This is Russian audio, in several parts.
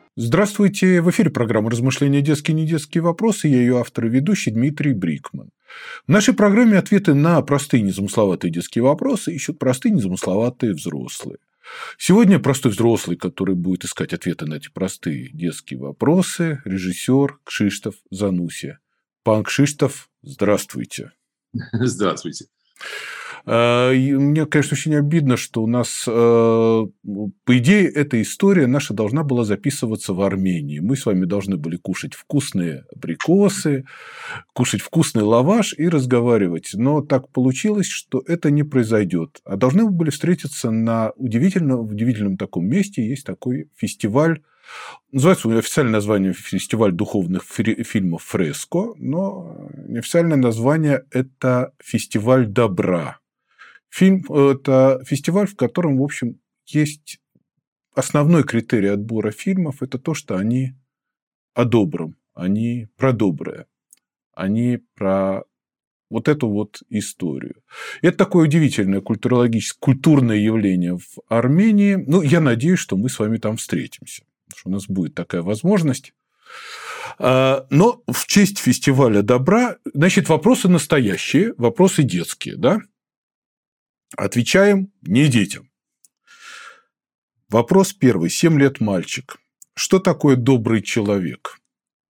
Здравствуйте! В эфире программа «Размышления. Детские и недетские вопросы». Я ее автор и ведущий Дмитрий Брикман. В нашей программе ответы на простые незамысловатые детские вопросы ищут простые незамысловатые взрослые. Сегодня простой взрослый, который будет искать ответы на эти простые детские вопросы, режиссер Кшиштоф Зануси. Пан Кшиштоф, здравствуйте. Здравствуйте. Мне, конечно, очень обидно, что у нас, по идее, эта история наша должна была записываться в Армении. Мы с вами должны были кушать вкусные абрикосы, кушать вкусный лаваш и разговаривать. Но так получилось, что это не произойдет. А должны мы были встретиться на удивительном таком месте. Есть такой фестиваль. Называется официальное название фестиваль духовных фильмов «Фреско», но неофициальное название – это фестиваль добра. Это фестиваль, в котором, в общем, есть основной критерий отбора фильмов – это то, что они о добром, они про доброе, они про вот эту вот историю. Это такое удивительное культурное явление в Армении. Ну, я надеюсь, что мы с вами там встретимся, что у нас будет такая возможность. Но в честь фестиваля добра, значит, вопросы настоящие, вопросы детские, да? Отвечаем не детям. Вопрос первый. 7 лет мальчик. Что такое добрый человек?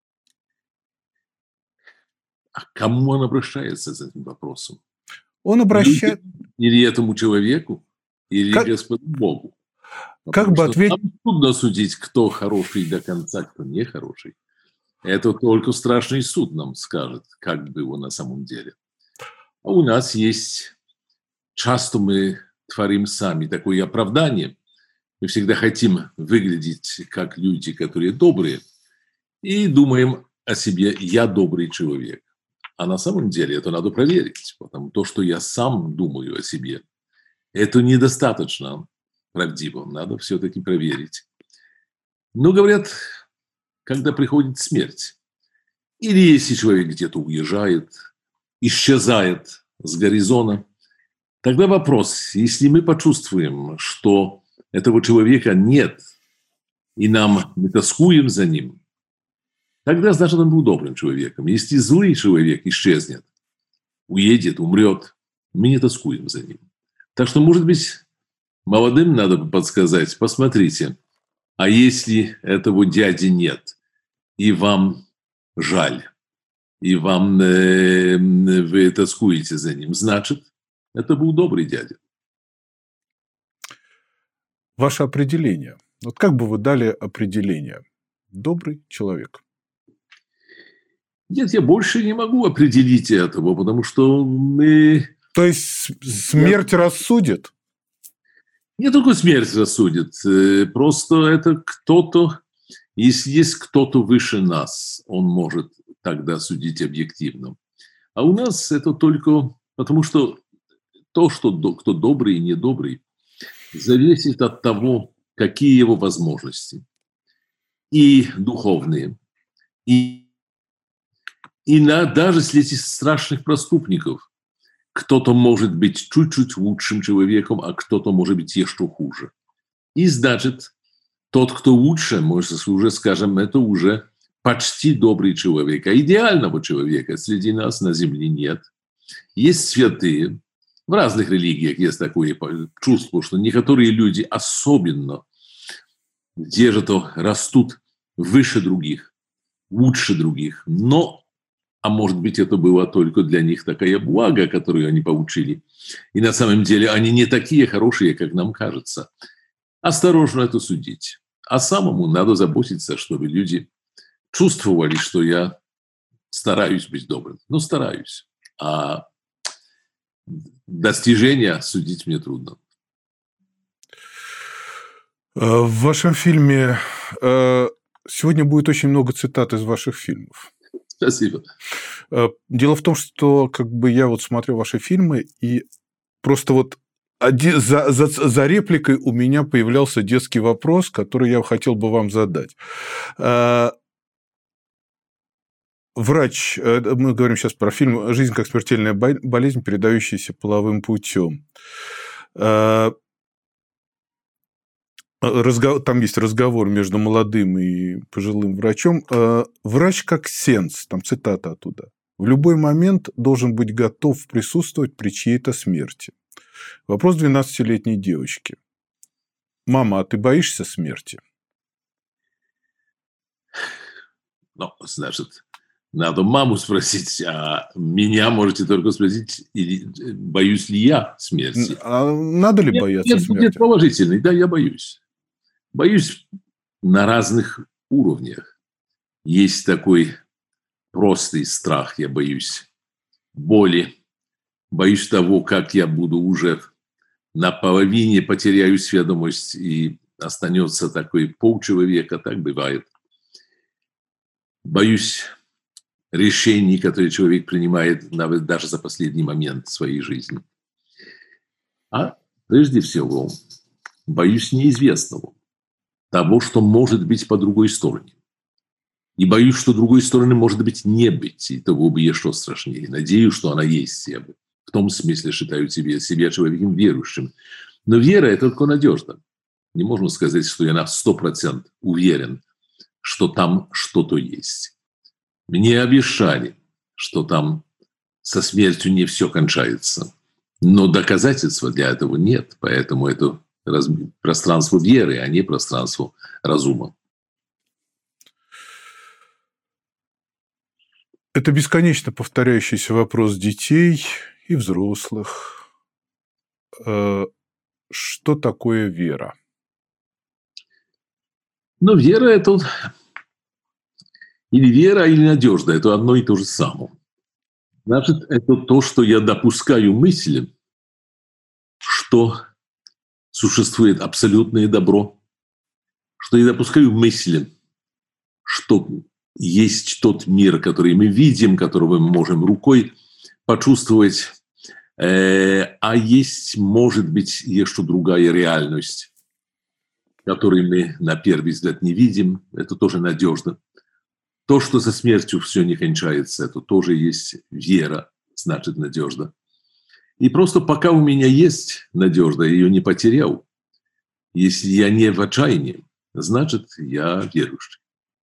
А к кому он обращается с этим вопросом? Он обращается... Или этому человеку, или Господу Богу? Как бы ответить... Нам трудно судить, кто хороший до конца, кто нехороший. Это только страшный суд нам скажет, как было на самом деле. А у нас есть... Часто мы творим сами такое оправдание. Мы всегда хотим выглядеть как люди, которые добрые, и думаем о себе «я добрый человек». А на самом деле это надо проверить, потому что то, что я сам думаю о себе, это недостаточно правдиво. Надо все-таки проверить. Но говорят, когда приходит смерть, или если человек где-то уезжает, исчезает с горизонта, тогда вопрос, если мы почувствуем, что этого человека нет, и мы тоскуем за ним, тогда, значит, он был добрым человеком. Если злый человек исчезнет, уедет, умрет, мы не тоскуем за ним. Так что, может быть, молодым надо подсказать, посмотрите, а если этого дяди нет, и вам жаль, и вы тоскуете за ним, значит, это был добрый дядя. Ваше определение. Вот как бы вы дали определение? Добрый человек. Нет, я больше не могу определить этого, потому что мы... То есть смерть рассудит? Не только смерть рассудит. Просто это кто-то... Если есть кто-то выше нас, он может тогда судить объективно. А у нас это только... Потому что то, что кто добрый и недобрый, зависит от того, какие его возможности. И духовные, даже среди страшных преступников кто-то может быть чуть-чуть лучшим человеком, а кто-то может быть еще хуже. И значит, тот, кто лучше, может, уже, скажем, это уже почти добрый человек. А идеального человека среди нас на земле нет. Есть святые. В разных религиях есть такое чувство, что некоторые люди особенно растут выше других, лучше других. А может быть, это было только для них такая блага, которую они получили. И на самом деле они не такие хорошие, как нам кажется. Осторожно это судить. А самому надо заботиться, чтобы люди чувствовали, что я стараюсь быть добрым. Ну, стараюсь. А достижения судить мне трудно. В вашем фильме... Сегодня будет очень много цитат из ваших фильмов. Спасибо. Дело в том, что я смотрю ваши фильмы, и просто за репликой у меня появлялся детский вопрос, который я хотел бы вам задать. Врач, мы говорим сейчас про фильм «Жизнь как смертельная болезнь, передающаяся половым путем». Там есть разговор между молодым и пожилым врачом. «Врач как сенс», там цитата оттуда, «в любой момент должен быть готов присутствовать при чьей-то смерти». Вопрос 12-летней девочки. Мама, а ты боишься смерти? Ну, значит, надо маму спросить, а меня можете только спросить, боюсь ли я смерти. А надо ли бояться Нет, смерти? будет положительный, да, я боюсь. Боюсь на разных уровнях. Есть такой простый страх, я боюсь боли, боюсь того, как я буду уже наполовине потеряю сведомость и останется такой полчеловека, так бывает. Боюсь решений, которые человек принимает даже за последний момент своей жизни. А прежде всего боюсь неизвестного, того, что может быть по другой стороне. И боюсь, что другой стороны может быть не быть, и того бы еще страшнее. Надеюсь, что она есть в себе. В том смысле считаю себя человеком верующим. Но вера – это только надежда. Не можно сказать, что я на 100% уверен, что там что-то есть. Мне обещали, что там со смертью не все кончается. Но доказательства для этого нет. Поэтому это пространство веры, а не пространство разума. Это бесконечно повторяющийся вопрос детей и взрослых. Что такое вера? Но вера – это или вера, или надежда – это одно и то же самое. Значит, это то, что я допускаю мысль, что существует абсолютное добро, что я допускаю мысль, что есть тот мир, который мы видим, которого мы можем рукой почувствовать, а есть, может быть, еще другая реальность, которую мы на первый взгляд не видим. Это тоже надежда. То, что со смертью все не кончается, это тоже есть вера, значит надежда. И просто пока у меня есть надежда, я ее не потерял. Если я не в отчаянии, значит, я верующий.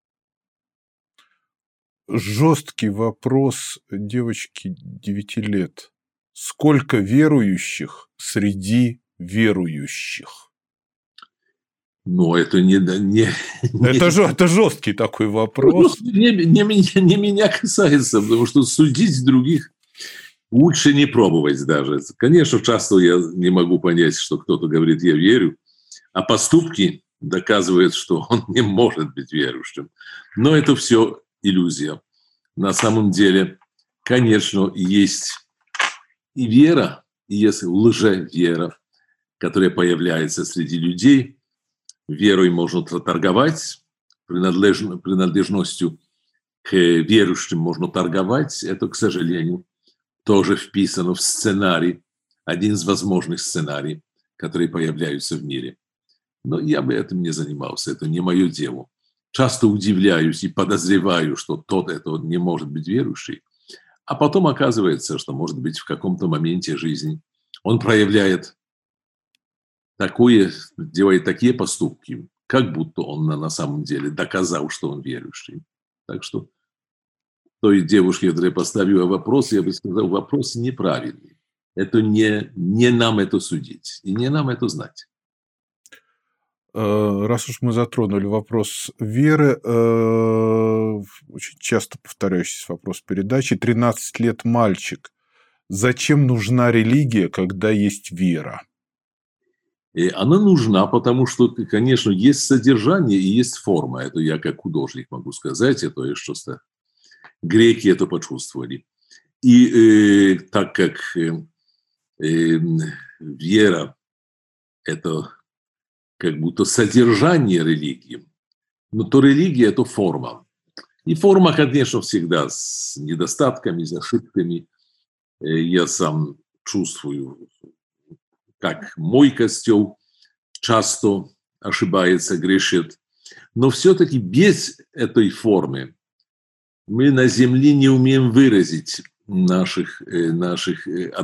Жесткий вопрос девочки 9 лет. Сколько верующих среди верующих? Но это Это жесткий такой вопрос. Не меня касается, потому что судить других лучше не пробовать даже. Конечно, часто я не могу понять, что кто-то говорит «я верю», а поступки доказывают, что он не может быть верующим. Но это все иллюзия. На самом деле, конечно, есть и вера, и есть лжевера, которая появляется среди людей. Верой можно торговать, принадлежностью к верующим можно торговать. Это, к сожалению, тоже вписано в сценарий, один из возможных сценариев, которые появляются в мире. Но я бы этим не занимался, это не мое дело. Часто удивляюсь и подозреваю, что тот этого не может быть верующий, а потом оказывается, что, может быть, в каком-то моменте жизни он проявляет такое, делает такие поступки, как будто он на самом деле доказал, что он верующий. Так что той девушке, которая поставила вопрос, я бы сказал, вопрос неправильный. Это не нам это судить, и не нам это знать. Раз уж мы затронули вопрос веры, очень часто повторяющийся вопрос передачи, 13 лет мальчик. Зачем нужна религия, когда есть вера? И она нужна, потому что, конечно, есть содержание и есть форма. Это я как художник могу сказать, это я что-то... Греки это почувствовали. И так как вера – это как будто содержание религии, но то религия – это форма. И форма, конечно, всегда с недостатками, с ошибками. Я сам чувствую, как мой костел часто ошибается, грешит. Но все-таки без этой формы мы на земле не умеем выразить наших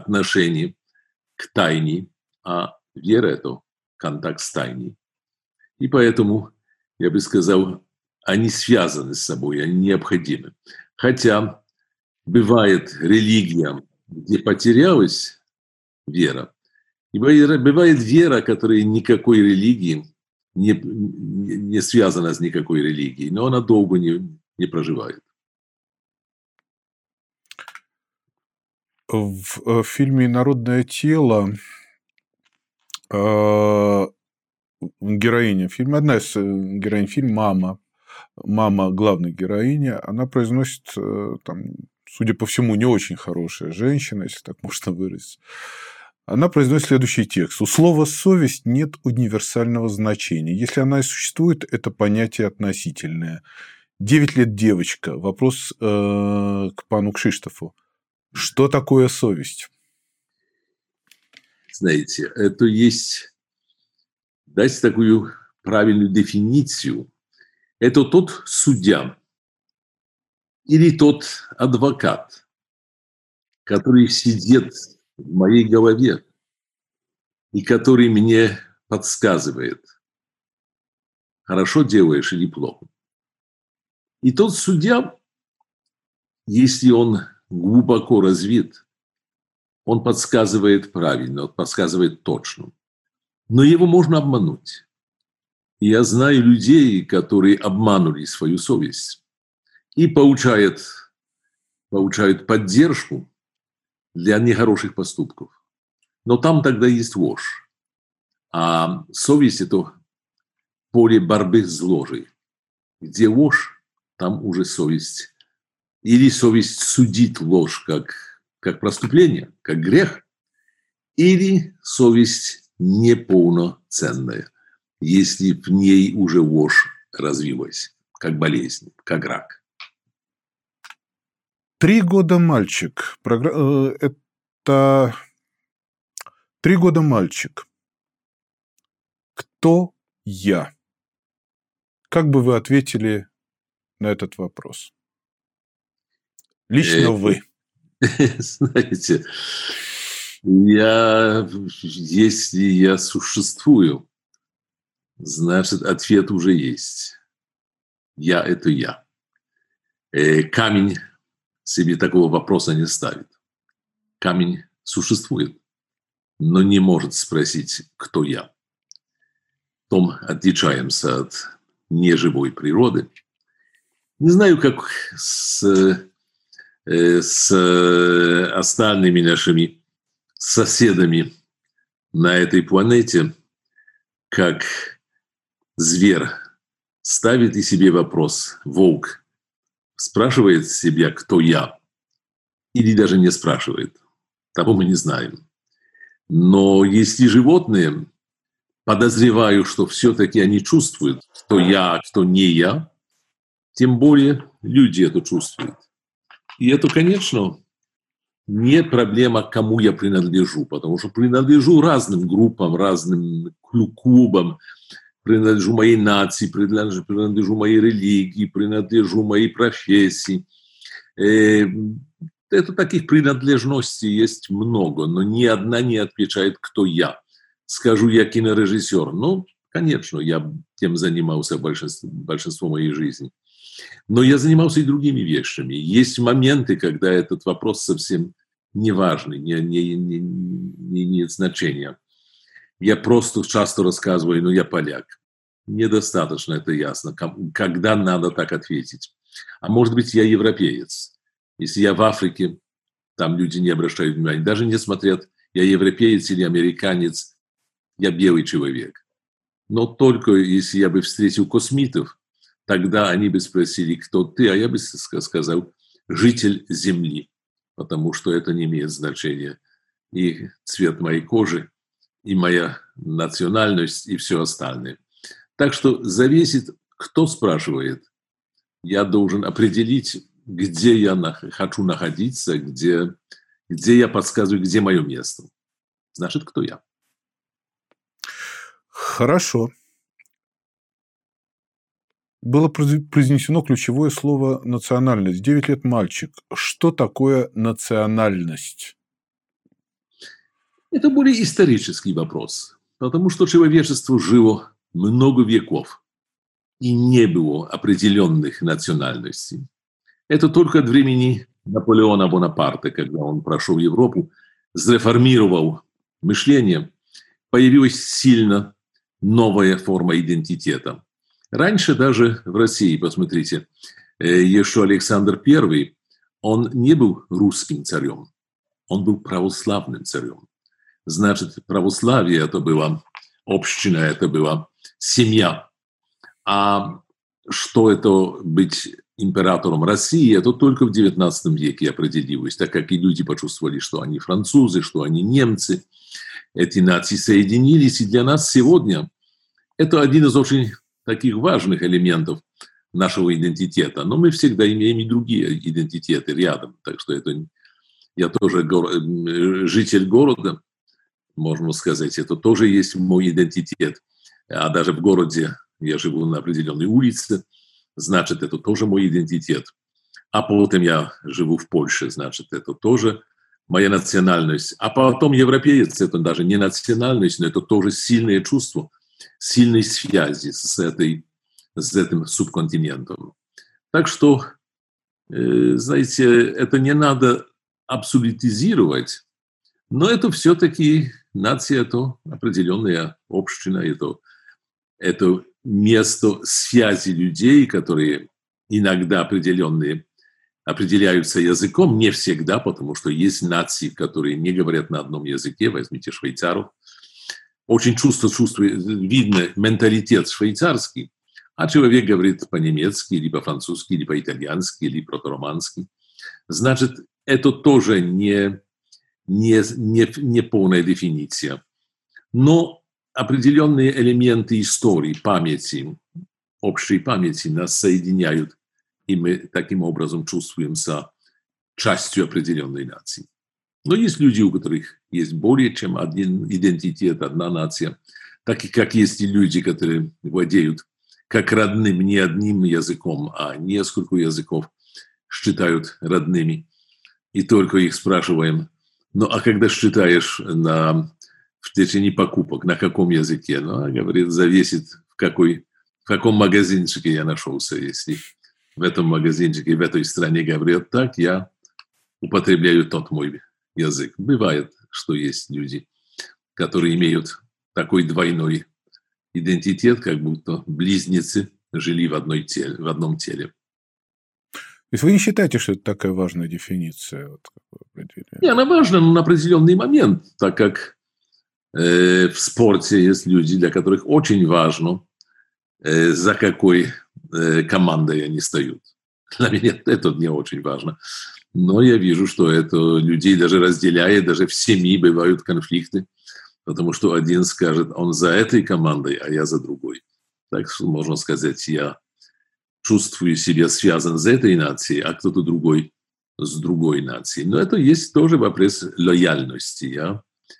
отношений к тайне, а вера – это контакт с тайной. И поэтому, я бы сказал, они связаны с собой, они необходимы. Хотя бывает религия, где потерялась вера, и бывает вера, которая никакой религии не связана с никакой религией, но она долго не проживает. В фильме «Инородное тело» героиня фильма, одна из героинь фильма, мама главной героини, она произносит, там, судя по всему, не очень хорошая женщина, если так можно выразиться. Она произносит следующий текст. У слова «совесть» нет универсального значения. Если она и существует, это понятие относительное. 9 лет девочка. Вопрос к пану Кшиштофу. Что такое совесть? Знаете, это есть, дать такую правильную дефиницию. Это тот судья или тот адвокат, который сидит в моей голове и который мне подсказывает, хорошо делаешь или плохо. И тот судья, если он глубоко развит, он подсказывает правильно, он подсказывает точно. Но его можно обмануть. И я знаю людей, которые обманули свою совесть и получают поддержку для нехороших поступков. Но там тогда есть ложь. А совесть – это поле борьбы с ложью. Где ложь, там уже совесть. Или совесть судит ложь как преступление, как грех, или совесть неполноценная, если в ней уже ложь развилась, как болезнь, как рак. 3 года мальчик. Это 3 года мальчик. Кто я? Как бы вы ответили на этот вопрос? Лично вы. Знаете, если я существую, значит, ответ уже есть. Я – это я. Камень себе такого вопроса не ставит. Камень существует, но не может спросить, кто я. В том отличаемся от неживой природы. Не знаю, как с остальными нашими соседами на этой планете, как зверь ставит и себе вопрос, волк спрашивает себя, кто я, или даже не спрашивает. Того мы не знаем. Но если животные, подозреваю, что все-таки они чувствуют, кто я, кто не я, тем более люди это чувствуют. И это, конечно, не проблема, кому я принадлежу, потому что принадлежу разным группам, разным клубам, принадлежу моей нации, принадлежу моей религии, принадлежу моей профессии. Это таких принадлежностей есть много, но ни одна не отвечает, кто я. Скажу я кинорежиссер. Ну, конечно, я тем занимался большинство моей жизни. Но я занимался и другими вещами. Есть моменты, когда этот вопрос совсем не важный, не имеет значения. Я просто часто рассказываю, я поляк. Недостаточно это ясно, когда надо так ответить. А может быть, я европеец. Если я в Африке, там люди не обращают внимания. Даже не смотрят, я европеец или американец, я белый человек. Но только если я бы встретил космитов, тогда они бы спросили, кто ты, а я бы сказал, житель Земли, потому что это не имеет значения. И цвет моей кожи, и моя национальность, и все остальное. Так что зависит, кто спрашивает. Я должен определить, где я хочу находиться, где я подсказываю, где мое место. Значит, кто я. Хорошо. Было произнесено ключевое слово «национальность». 9 лет мальчик. Что такое национальность? Это более исторический вопрос, потому что человечество жило много веков, и не было определенных национальностей. Это только от времени Наполеона Бонапарта, когда он прошел Европу, среформировал мышление, появилась сильно новая форма идентитета. Раньше даже в России, посмотрите, еще Александр I, он не был русским царем, он был православным царем. Значит, православие – это была община, это была семья. А что это быть императором России, это только в XIX веке определилось, так как и люди почувствовали, что они французы, что они немцы. Эти нации соединились, и для нас сегодня это один из очень таких важных элементов нашего идентитета. Но мы всегда имеем и другие идентитеты рядом. Так что это я тоже житель города, можно сказать, это тоже есть мой идентитет. А даже в городе я живу на определенной улице, значит, это тоже мой идентитет. А потом я живу в Польше, значит, это тоже моя национальность. А потом европеец, это даже не национальность, но это тоже сильное чувство, сильной связи с этим субконтинентом. Так что, знаете, это не надо абсолютизировать, но это все-таки нация, это определенная община, это место связи людей, которые иногда определяются языком, не всегда, потому что есть нации, которые не говорят на одном языке, возьмите швейцаров. Очень видно менталитет швейцарский, а человек говорит по-немецки, или по-французски, или по-итальянски, или проторомански. Значит, это тоже не полная дефиниция. Но определенные элементы истории, памяти, общей памяти нас соединяют, и мы таким образом чувствуемся частью определенной нации. Но есть люди, у которых есть более чем один идентитет, одна нация, так и как есть и люди, которые владеют как родным не одним языком, а несколько языков считают родными. И только их спрашиваем, ну а когда считаешь в течение покупок, на каком языке? Ну, говорит, зависит, в каком магазинчике я нашелся. Если в этом магазинчике, в этой стране говорят так, я употребляю тот мой язык. Бывает, что есть люди, которые имеют такой двойной идентитет, как будто близнецы жили в одном теле. То есть вы не считаете, что это такая важная дефиниция? Не, она важна на определенный момент, так как в спорте есть люди, для которых очень важно, за какой командой они стоят. Для меня это не очень важно. Но я вижу, что это людей даже разделяет, даже в семье бывают конфликты, потому что один скажет, он за этой командой, а я за другой. Так что можно сказать, я чувствую себя связан с этой нацией, а кто-то другой с другой нацией. Но это есть тоже вопрос лояльности.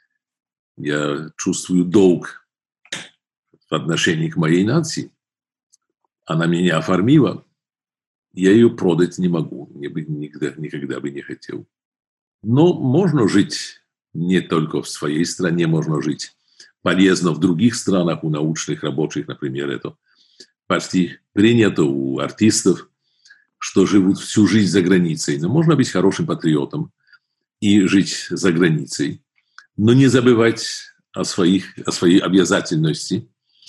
Я чувствую долг в отношении к моей нации. Она меня оформила, я ее продать не могу, никогда бы не хотел. Но можно жить не только в своей стране, можно жить полезно в других странах, у научных рабочих, например, это почти принято у артистов, что живут всю жизнь за границей. Но можно быть хорошим патриотом и жить за границей, но не забывать о своей обязательности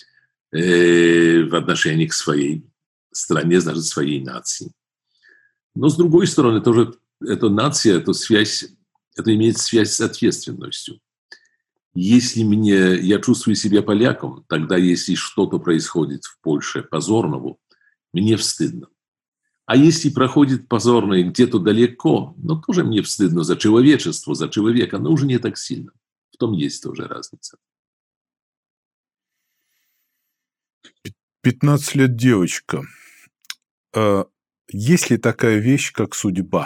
в отношении к своей стране, значит, своей нации. Но, с другой стороны, тоже эта нация, это имеет связь с ответственностью. Если я чувствую себя поляком, тогда если что-то происходит в Польше позорного, мне стыдно. А если проходит позорное где-то далеко, тоже мне стыдно за человечество, за человека, но уже не так сильно. В том есть тоже разница. 15 лет девочка. Есть ли такая вещь, как судьба?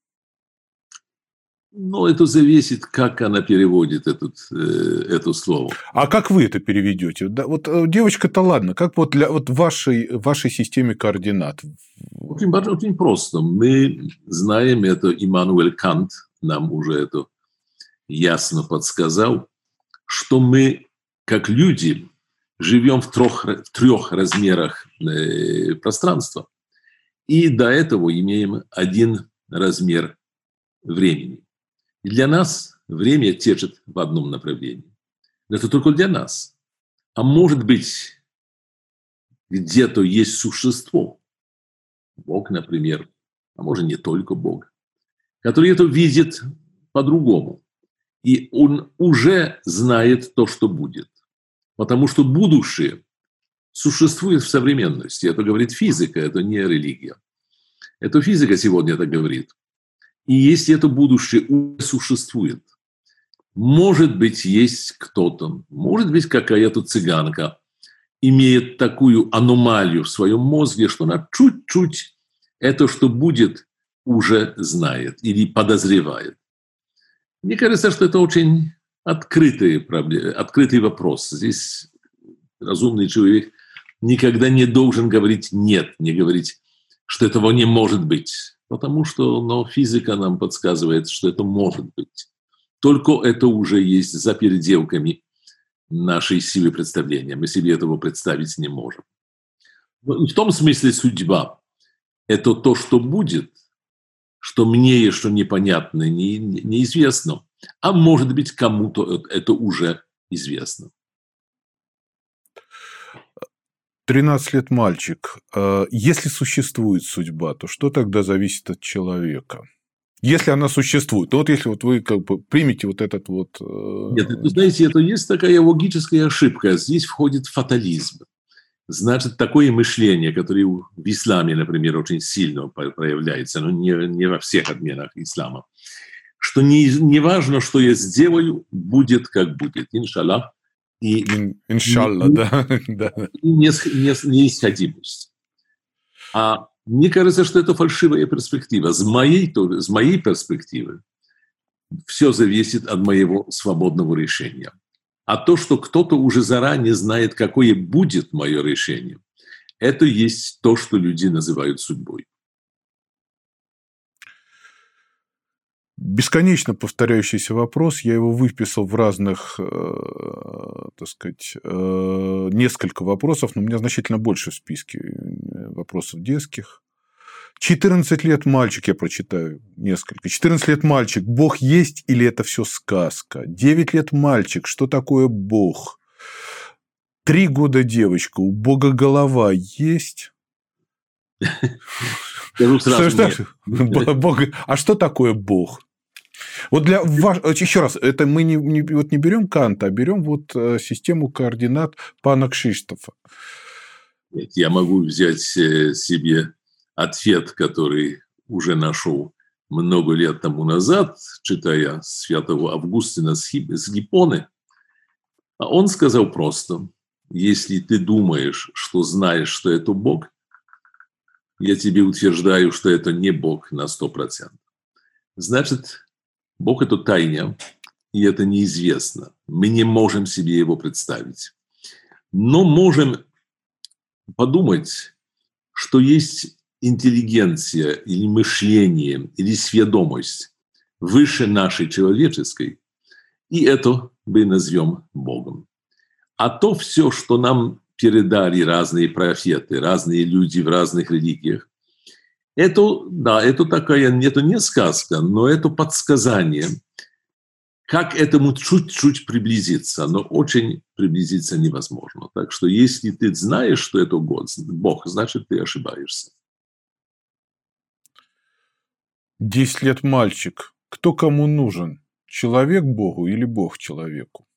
Это зависит, как она переводит это слово. А как вы это переведете? Да, вот девочка-то ладно, как в вашей системе координат? Очень, очень просто. Мы знаем это, Иммануэль Кант нам уже это ясно подсказал, что мы, как люди, живем в трех размерах пространства, и до этого имеем один размер времени. И для нас время течет в одном направлении. Это только для нас. А может быть, где-то есть существо, Бог, например, а может не только Бог, который это видит по-другому. И он уже знает то, что будет. Потому что будущее существует в современности. Это говорит физика, это не религия. Это физика сегодня это говорит. И если это будущее уже существует, может быть, есть кто-то, может быть, какая-то цыганка имеет такую аномалию в своем мозге, что она чуть-чуть это, что будет, уже знает или подозревает. Мне кажется, что это очень открытый вопрос. Здесь разумный человек никогда не должен говорить «нет», не говорить, что этого не может быть. Потому что физика нам подсказывает, что это может быть. Только это уже есть за пределами нашей силы представления. Мы себе этого представить не можем. В том смысле судьба – это то, что будет, что мне еще непонятно, неизвестно. А может быть, кому-то это уже известно. 13 лет мальчик. Если существует судьба, то что тогда зависит от человека? Если она существует. Вот если вот вы как бы примете вот этот вот... Нет, это, знаете, это есть такая логическая ошибка. Здесь входит фатализм. Значит, такое мышление, которое в исламе, например, очень сильно проявляется, но не во всех отменах ислама, что не важно, что я сделаю, будет как будет, иншаллах. И иншалла, да. Неисходимость. А мне кажется, что это фальшивая перспектива. С моей перспективы все зависит от моего свободного решения. А то, что кто-то уже заранее знает, какое будет мое решение, это есть то, что люди называют судьбой. Бесконечно повторяющийся вопрос. Я его выписал в разных, так сказать, несколько вопросов, но у меня значительно больше в списке вопросов детских. 14 лет мальчик, я прочитаю несколько. 14 лет мальчик, Бог есть или это все сказка? 9 лет мальчик, что такое Бог? 3 года девочка, у Бога голова есть? А что такое Бог? Вот еще раз, это мы не берем Канта, а берем вот систему координат пана Кшиштофа. Я могу взять себе ответ, который уже нашел много лет тому назад, читая святого Августина с Гиппоны. А он сказал просто: если ты думаешь, что знаешь, что это Бог, я тебе утверждаю, что это не Бог на 100%. Значит, Бог – это тайна, и это неизвестно. Мы не можем себе его представить. Но можем подумать, что есть интеллигенция или мышление, или сведомость выше нашей человеческой, и это мы назовем Богом. А то все, что нам передали разные профеты, разные люди в разных религиях, это такая, это не сказка, но это подсказание, как этому чуть-чуть приблизиться, но очень приблизиться невозможно. Так что если ты знаешь, что это Бог, значит, ты ошибаешься. 10 лет мальчик. Кто кому нужен? Человек Богу или Бог человеку?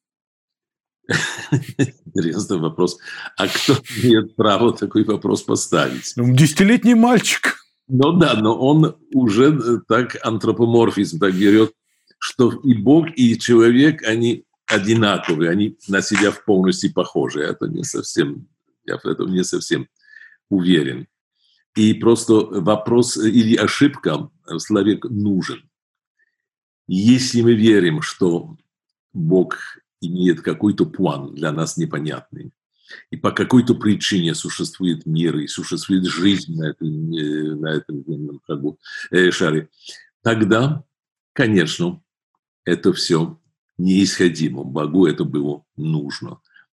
Интересный вопрос. А кто имеет право такой вопрос поставить? 10-летний мальчик. Ну да, но он уже так антропоморфизм так берет, что и Бог, и человек, они одинаковые, они на себя в полностью похожи. Это не совсем, я в этом не совсем уверен. И просто вопрос или ошибка, человек нужен. Если мы верим, что Бог имеет какой-то план для нас непонятный, и по какой-то причине существует мир, и существует жизнь на этом земном шаре, тогда, конечно, это все неисходимо. Богу это было нужно.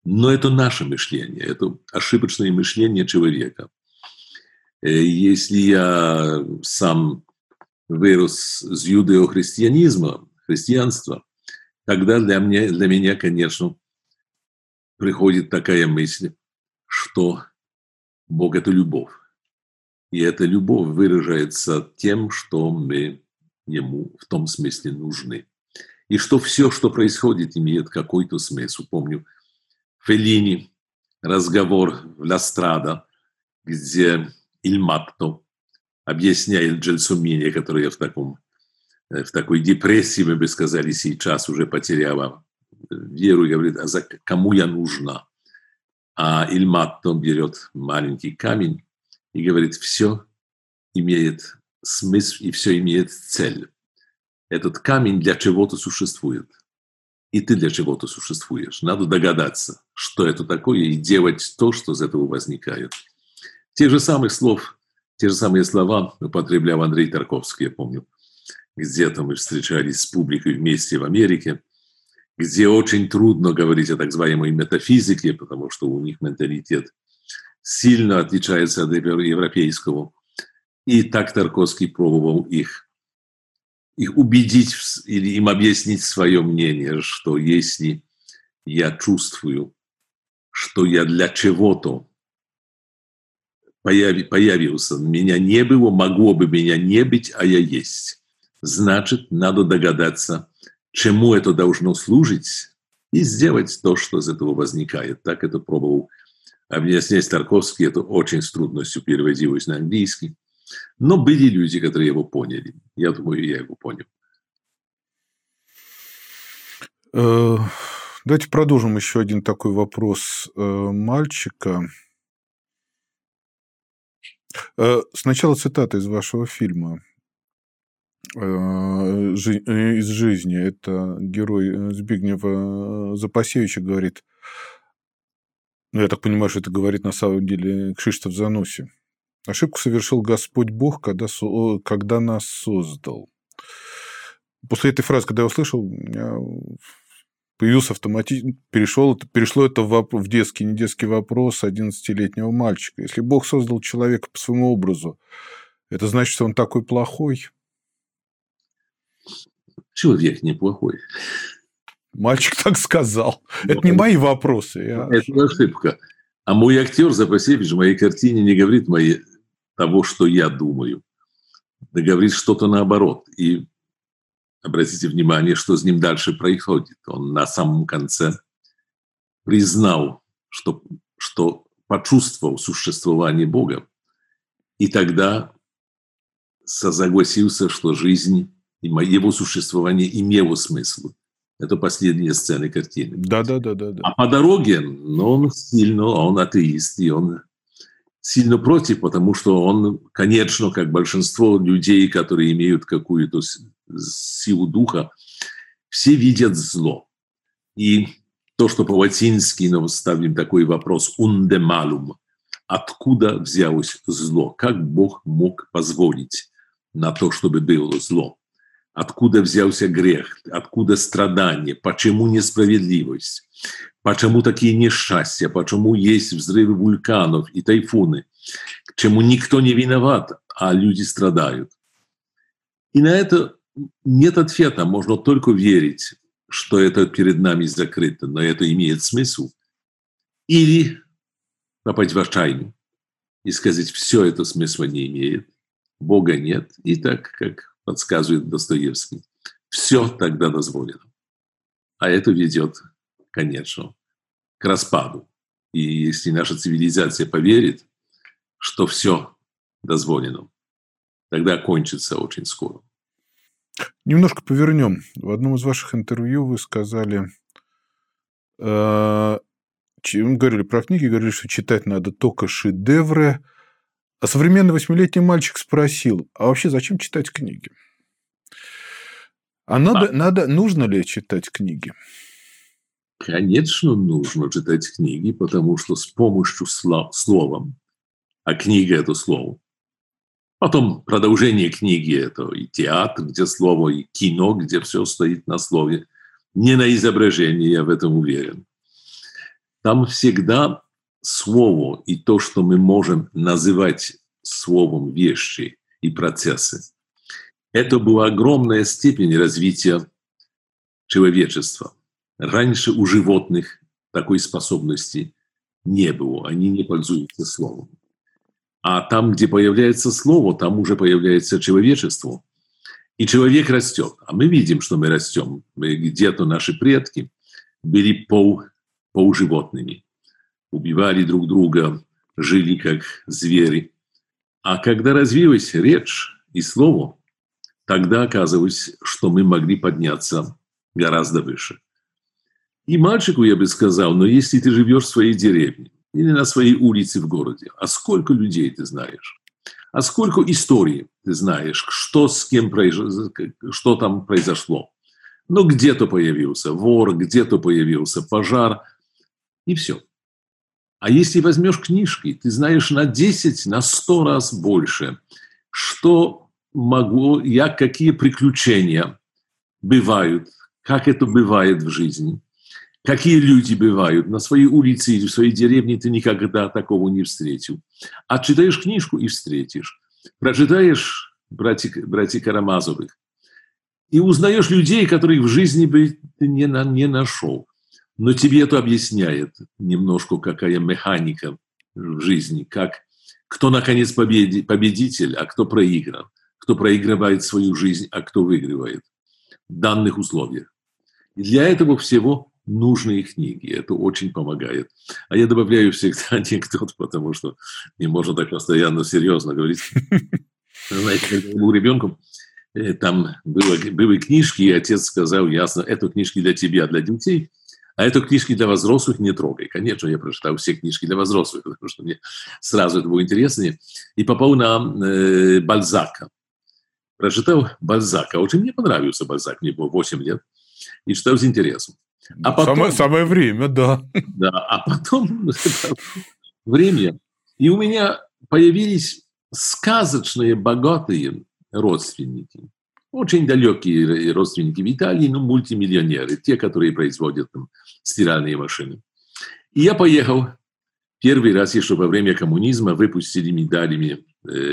Но это наше мышление, это ошибочное мышление человека. Если я сам вырос с иудео-христианизма, христианства, тогда для меня, конечно, приходит такая мысль, что Бог – это любовь. И эта любовь выражается тем, что мы Ему в том смысле нужны. И что все, что происходит, имеет какой-то смысл. Помню, Феллини, разговор в «Ла Страда», где Иль Матто объясняет Джельсомине, которая в такой депрессии, мы бы сказали, сейчас уже потеряла веру, и говорит, а кому я нужна? А Иль Матто берет маленький камень и говорит, все имеет смысл и все имеет цель. Этот камень для чего-то существует. И ты для чего-то существуешь. Надо догадаться, что это такое, и делать то, что из этого возникает. Те же самые слова употреблял Андрей Тарковский, я помню. Где-то мы встречались с публикой вместе в Америке, где очень трудно говорить о так называемой метафизике, потому что у них менталитет сильно отличается от европейского. И так Тарковский пробовал их убедить или им объяснить свое мнение, что если я чувствую, что я для чего-то появился, меня не было, могло бы меня не быть, а я есть. Значит, надо догадаться, чему это должно служить, и сделать то, что из этого возникает. Так это пробовал объяснять Тарковский, это очень с трудностью переводилось на английский. Но были люди, которые его поняли. Я думаю, я его понял. Давайте продолжим еще один такой вопрос мальчика. Сначала цитата из вашего фильма из жизни. Это герой Збигнева Запасевича говорит, я так понимаю, что это говорит на самом деле Кшиштоф Зануси. Ошибку совершил Господь Бог, когда нас создал. После этой фразы, когда я услышал, у меня появился автоматически, перешло это в детский, не детский вопрос 11-летнего мальчика. Если Бог создал человека по своему образу, это значит, что он такой плохой? Человек неплохой. Мальчик так сказал. Это не мои вопросы. Это ошибка. А мой актер Запасевич в моей картине не говорит того, что я думаю. Да говорит что-то наоборот. И обратите внимание, что с ним дальше происходит. Он на самом конце признал, что почувствовал существование Бога. И тогда согласился, что жизнь и его существование имело смысл. Это последняя сцена картины. Да. А по дороге, он атеист, и он сильно против, потому что он, конечно, как большинство людей, которые имеют какую-то силу духа, все видят зло. И то, что по-латински мы ставим такой вопрос «unde malum», откуда взялось зло, как Бог мог позволить на то, чтобы было зло. Откуда взялся грех, откуда страдания, почему несправедливость, почему такие несчастья, почему есть взрывы вулканов и тайфуны, к чему никто не виноват, а люди страдают. И на это нет ответа, можно только верить, что это перед нами закрыто, но это имеет смысл. Или попасть в отчаяние и сказать, все это смысла не имеет, Бога нет, и так, как подсказывает Достоевский, все тогда дозволено. А это ведет, конечно, к распаду. И если наша цивилизация поверит, что все дозволено, тогда кончится очень скоро. Немножко повернем. В одном из ваших интервью вы сказали, вы говорили про книги, говорили, что читать надо только шедевры. А современный 8-летний мальчик спросил, а вообще зачем читать книги? Нужно ли читать книги? Конечно, нужно читать книги, потому что с помощью слова, а книга – это слово. Потом продолжение книги – это и театр, где слово, и кино, где все стоит на слове. Не на изображении, я в этом уверен. Там всегда слово и то, что мы можем называть словом вещи и процессы, это была огромная степень развития человечества. Раньше у животных такой способности не было, они не пользуются словом. А там, где появляется слово, там уже появляется человечество. И человек растет. А мы видим, что мы растем. Где-то наши предки были полуживотными. Убивали друг друга, жили как звери. А когда развилась речь и слово, тогда оказалось, что мы могли подняться гораздо выше. И мальчику я бы сказал, но если ты живешь в своей деревне или на своей улице в городе, а сколько людей ты знаешь? А сколько историй ты знаешь, что с кем что там произошло? Ну, где-то появился вор, где-то появился пожар, и все. А если возьмешь книжки, ты знаешь на 10, на 100 раз больше, что какие приключения бывают, как это бывает в жизни, какие люди бывают. На своей улице или в своей деревне ты никогда такого не встретил. А читаешь книжку и встретишь. Прочитаешь братьев Карамазовых и узнаешь людей, которых в жизни бы ты не нашел. Но тебе это объясняет немножко, какая механика в жизни, кто, наконец, победитель, а кто проигран, кто проигрывает свою жизнь, а кто выигрывает в данных условиях. И для этого всего нужные книги. Это очень помогает. А я добавляю всегда анекдот, потому что не можно так постоянно серьезно говорить. Знаете, когда я был ребенком, там были книжки, и отец сказал ясно, это книжки для тебя, для детей, а это книжки для взрослых, не трогай. Конечно, я прочитал все книжки для взрослых, потому что мне сразу это было интереснее. И попал на Бальзака. Прочитал Бальзака. Очень мне понравился Бальзак, мне было 8 лет. И читал с интересом. А потом, самое время, да. Да, а потом время. И у меня появились сказочные, богатые родственники. Очень далекие родственники в Италии, но мультимиллионеры. Те, которые производят там стиральные машины. И я поехал первый раз еще во время коммунизма, выпустили медалями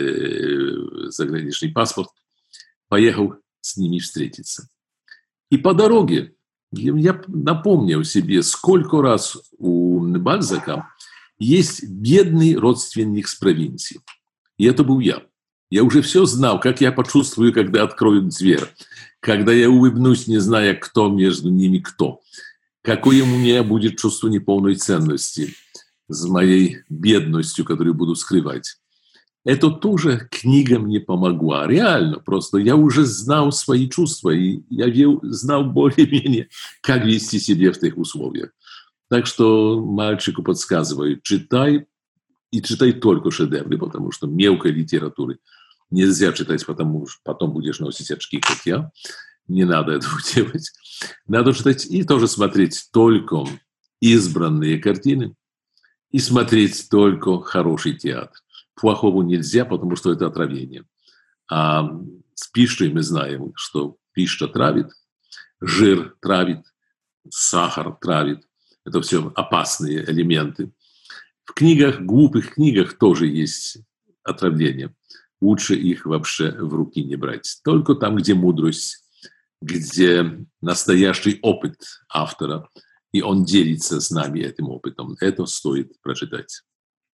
заграничный паспорт. Поехал с ними встретиться. И по дороге я напомнил себе, сколько раз у Бальзака есть бедный родственник с провинции. И это был я. Я уже все знал, как я почувствую, когда откроют дверь. Когда я улыбнусь, не зная, кто между ними кто. Какое у меня будет чувство неполной ценности с моей бедностью, которую буду скрывать. Это тоже книга мне помогла. Реально, просто я уже знал свои чувства, и я знал более-менее, как вести себя в тех условиях. Так что мальчику подсказываю, читай, и читай только шедевры, потому что мелкой литературы нельзя читать, потому что потом будешь носить очки, как я. Не надо этого делать. Надо читать и тоже смотреть только избранные картины и смотреть только хороший театр. Плохого нельзя, потому что это отравление. А с пищей мы знаем, что пища травит, жир травит, сахар травит. Это все опасные элементы. В книгах, глупых книгах тоже есть отравление. Лучше их вообще в руки не брать. Только там, где мудрость, где настоящий опыт автора, и он делится с нами этим опытом. Это стоит прочитать.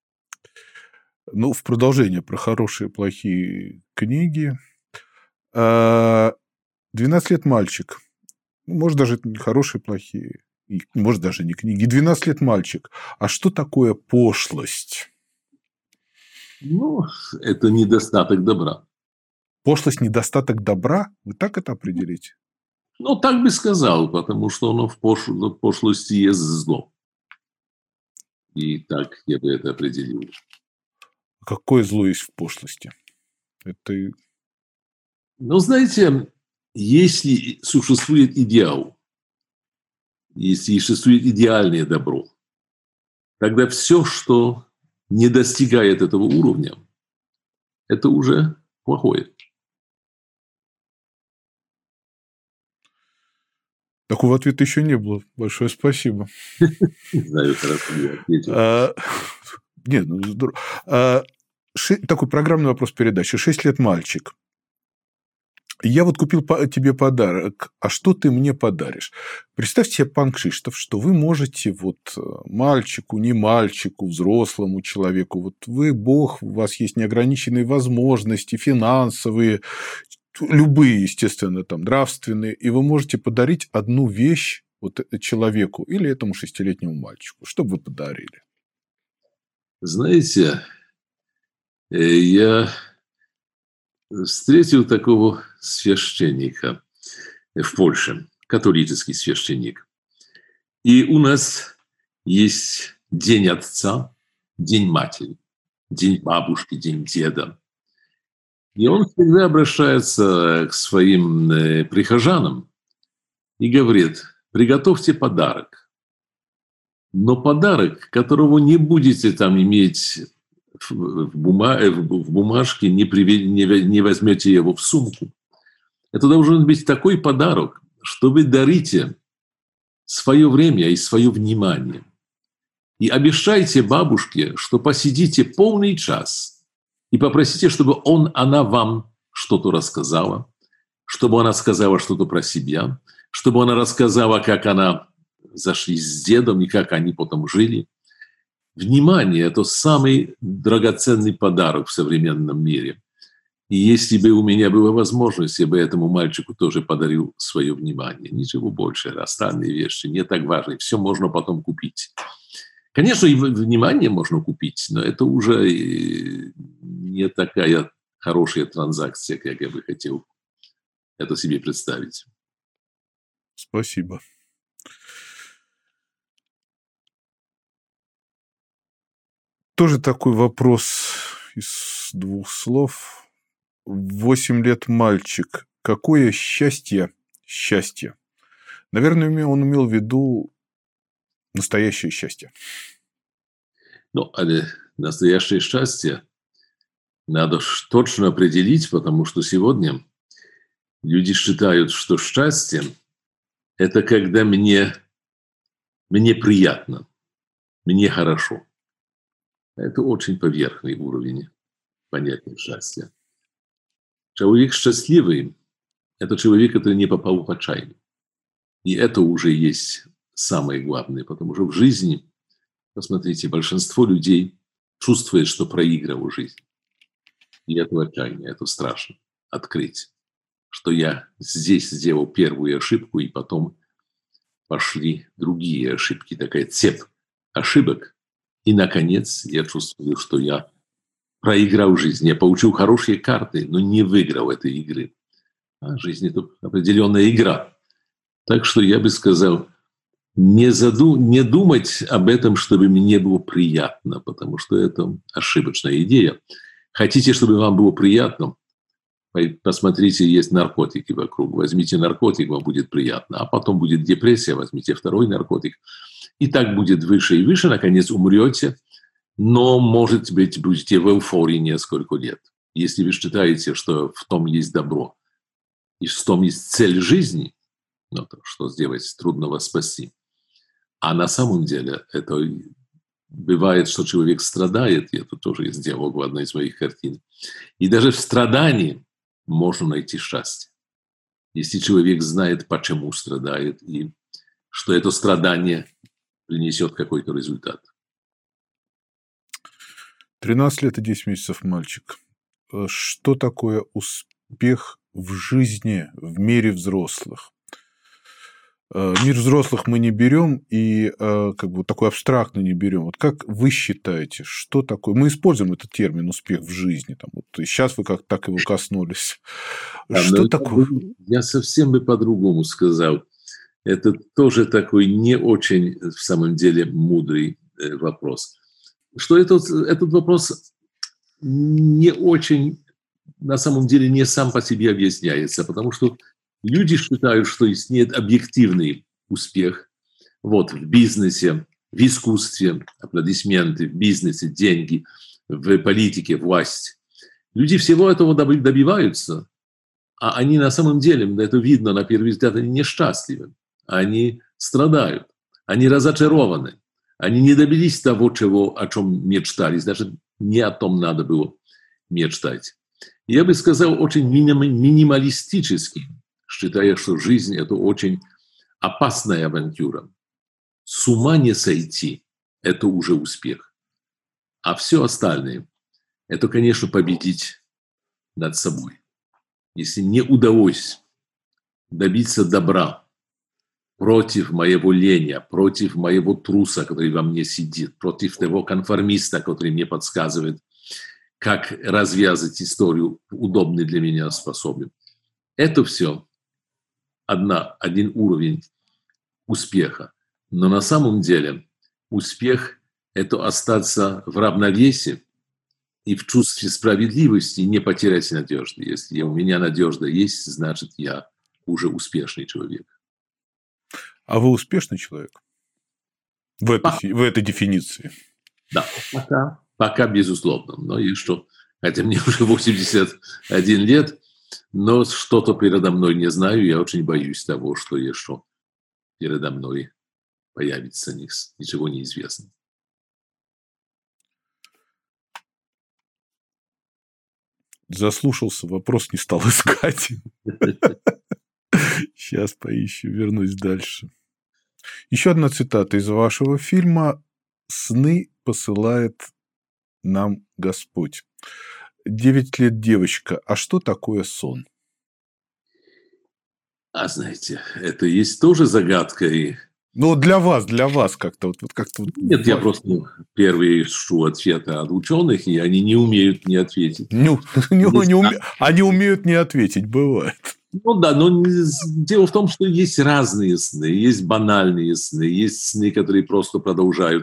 Ну, в продолжение про хорошие и плохие книги. 12 лет мальчик. Может, даже не хорошие, плохие. Может, даже не книги. 12 лет мальчик. А что такое пошлость? Ну, это недостаток добра. Пошлость – недостаток добра? Вы так это определите? Ну, так бы сказал, потому что оно в пошлости есть зло. И так я бы это определил. Какое зло есть в пошлости? Это... Ну, знаете, если существует идеал, если существует идеальное добро, тогда все, что не достигает этого уровня, это уже плохое. Такого ответа еще не было. Большое спасибо. Не знаю, хорошо ли я ответил. Нет, ну здорово. Такой программный вопрос передачи. 6 лет мальчик. Я вот купил тебе подарок, а что ты мне подаришь? Представьте себе, пан Кшиштоф, что вы можете вот мальчику, не мальчику, взрослому человеку, вот вы Бог, у вас есть неограниченные возможности, финансовые, любые, естественно, там, нравственные, и вы можете подарить одну вещь вот человеку или этому 6-летнему мальчику. Что бы вы подарили? Знаете, я встретил такого священника в Польше, католический священник. И у нас есть День Отца, День Матери, День бабушки, День деда. И он всегда обращается к своим прихожанам и говорит: приготовьте подарок. Но подарок, которого не будете там иметь в бумажке, не возьмете его в сумку. Это должен быть такой подарок, что вы дарите свое время и свое внимание. И обещайте бабушке, что посидите полный час и попросите, чтобы она вам что-то рассказала, чтобы она сказала что-то про себя, чтобы она рассказала, как она зашли с дедом и как они потом жили. Внимание – это самый драгоценный подарок в современном мире. И если бы у меня была возможность, я бы этому мальчику тоже подарил свое внимание. Ничего больше, остальные вещи не так важны. Все можно потом купить. Конечно, и внимание можно купить, но это уже не такая хорошая транзакция, как я бы хотел это себе представить. Спасибо. Тоже такой вопрос из 2 слов. 8 лет мальчик. Какое счастье? Счастье. Наверное, он имел в виду настоящее счастье. Ну, настоящее счастье надо точно определить, потому что сегодня люди считают, что счастье – это когда мне приятно, мне хорошо. Это очень поверхный уровень понятия счастья. Человек счастливый – это человек, который не попал в отчаяние. И это уже есть самое главное, потому что в жизни, посмотрите, большинство людей чувствует, что проигрывал жизнь. И это отчаяние, это страшно. Открыть, что я здесь сделал первую ошибку, и потом пошли другие ошибки. Такая цепь ошибок. И, наконец, я чувствую, что я проиграл жизнь. Я получил хорошие карты, но не выиграл этой игры. А жизнь – это определенная игра. Так что я бы сказал, не думать об этом, чтобы мне было приятно, потому что это ошибочная идея. Хотите, чтобы вам было приятно? Посмотрите, есть наркотики вокруг. Возьмите наркотик, вам будет приятно. А потом будет депрессия, возьмите второй наркотик. И так будет выше и выше. Наконец умрете, но, может быть, будете в эйфории несколько лет. Если вы считаете, что в том есть добро, и в том есть цель жизни, ну, то что сделать, трудно вас спасти. А на самом деле это бывает, что человек страдает, и это тоже я сделал в одной из моих картин. И даже в страдании можно найти счастье. Если человек знает, почему страдает, и что это страдание принесет какой-то результат. 13 лет и 10 месяцев мальчик. Что такое успех в жизни, в мире взрослых? Мир взрослых мы не берем и как бы такой абстрактно не берем. Вот как вы считаете, что такое? Мы используем этот термин успех в жизни. Там, вот, и сейчас вы как так его коснулись. Что такое? Я совсем бы по-другому сказал. Это тоже такой не очень, в самом деле, мудрый вопрос. Что этот вопрос не очень, на самом деле, не сам по себе объясняется, потому что люди считают, что нет объективный успех. Вот в бизнесе, в искусстве, аплодисменты, в бизнесе, деньги, в политике, власть. Люди всего этого добиваются, а они на самом деле, это видно на первый взгляд, они несчастливы. они страдают, они разочарованы, они не добились того, о чем мечтали, значит, не о том надо было мечтать. Я бы сказал, очень минималистически, считая, что жизнь – это очень опасная авантюра. С ума не сойти – это уже успех. А все остальное – это, конечно, победить над собой. Если не удалось добиться добра против моего леня, против моего труса, который во мне сидит, против того конформиста, который мне подсказывает, как развязать историю в удобный для меня способен. Это все один уровень успеха. Но на самом деле успех – это остаться в равновесии и в чувстве справедливости, и не потерять надежды. Если у меня надежда есть, значит, я уже успешный человек. А вы успешный человек? В этой дефиниции? Да, пока безусловно. Но еще, хотя мне уже 81 лет, но что-то передо мной не знаю, я очень боюсь того, что еще передо мной появится, ничего не известно. Заслушался, вопрос не стал искать. Сейчас поищу, вернусь дальше. Еще одна цитата из вашего фильма. «Сны посылает нам Господь». 9 лет девочка. А что такое сон? Знаете, это есть тоже загадка. Ну, для вас как-то. Нет, я просто первый ищу ответы от ученых, и они не умеют мне ответить. Они умеют не ответить, бывает. Ну да, но дело в том, что есть разные сны. Есть банальные сны, есть сны, которые просто продолжают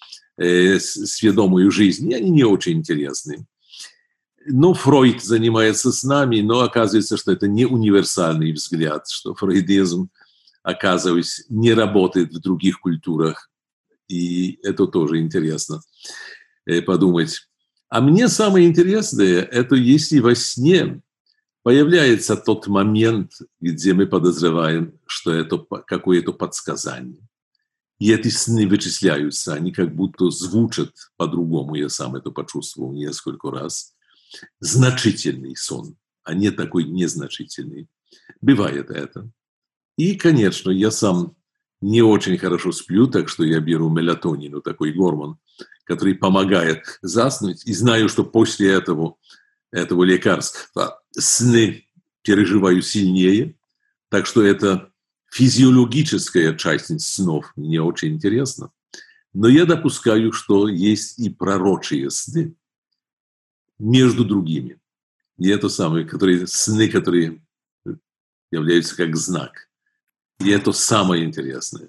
сведомую жизнь, и они не очень интересны. Но Фройд занимается снами, но оказывается, что это не универсальный взгляд, что фрейдизм, оказывается, не работает в других культурах. И это тоже интересно подумать. А мне самое интересное, это если во сне появляется тот момент, где мы подозреваем, что это какое-то подсказание. И эти сны вычисляются, они как будто звучат по-другому, я сам это почувствовал несколько раз. Значительный сон, а не такой незначительный. Бывает это. И, конечно, я сам не очень хорошо сплю, так что я беру мелатонин, такой гормон, который помогает заснуть. И знаю, что после этого лекарства сны переживаю сильнее. Так что это физиологическая часть снов мне очень интересна. Но я допускаю, что есть и пророчие сны между другими. И это самые сны, которые являются как знак. И это самое интересное.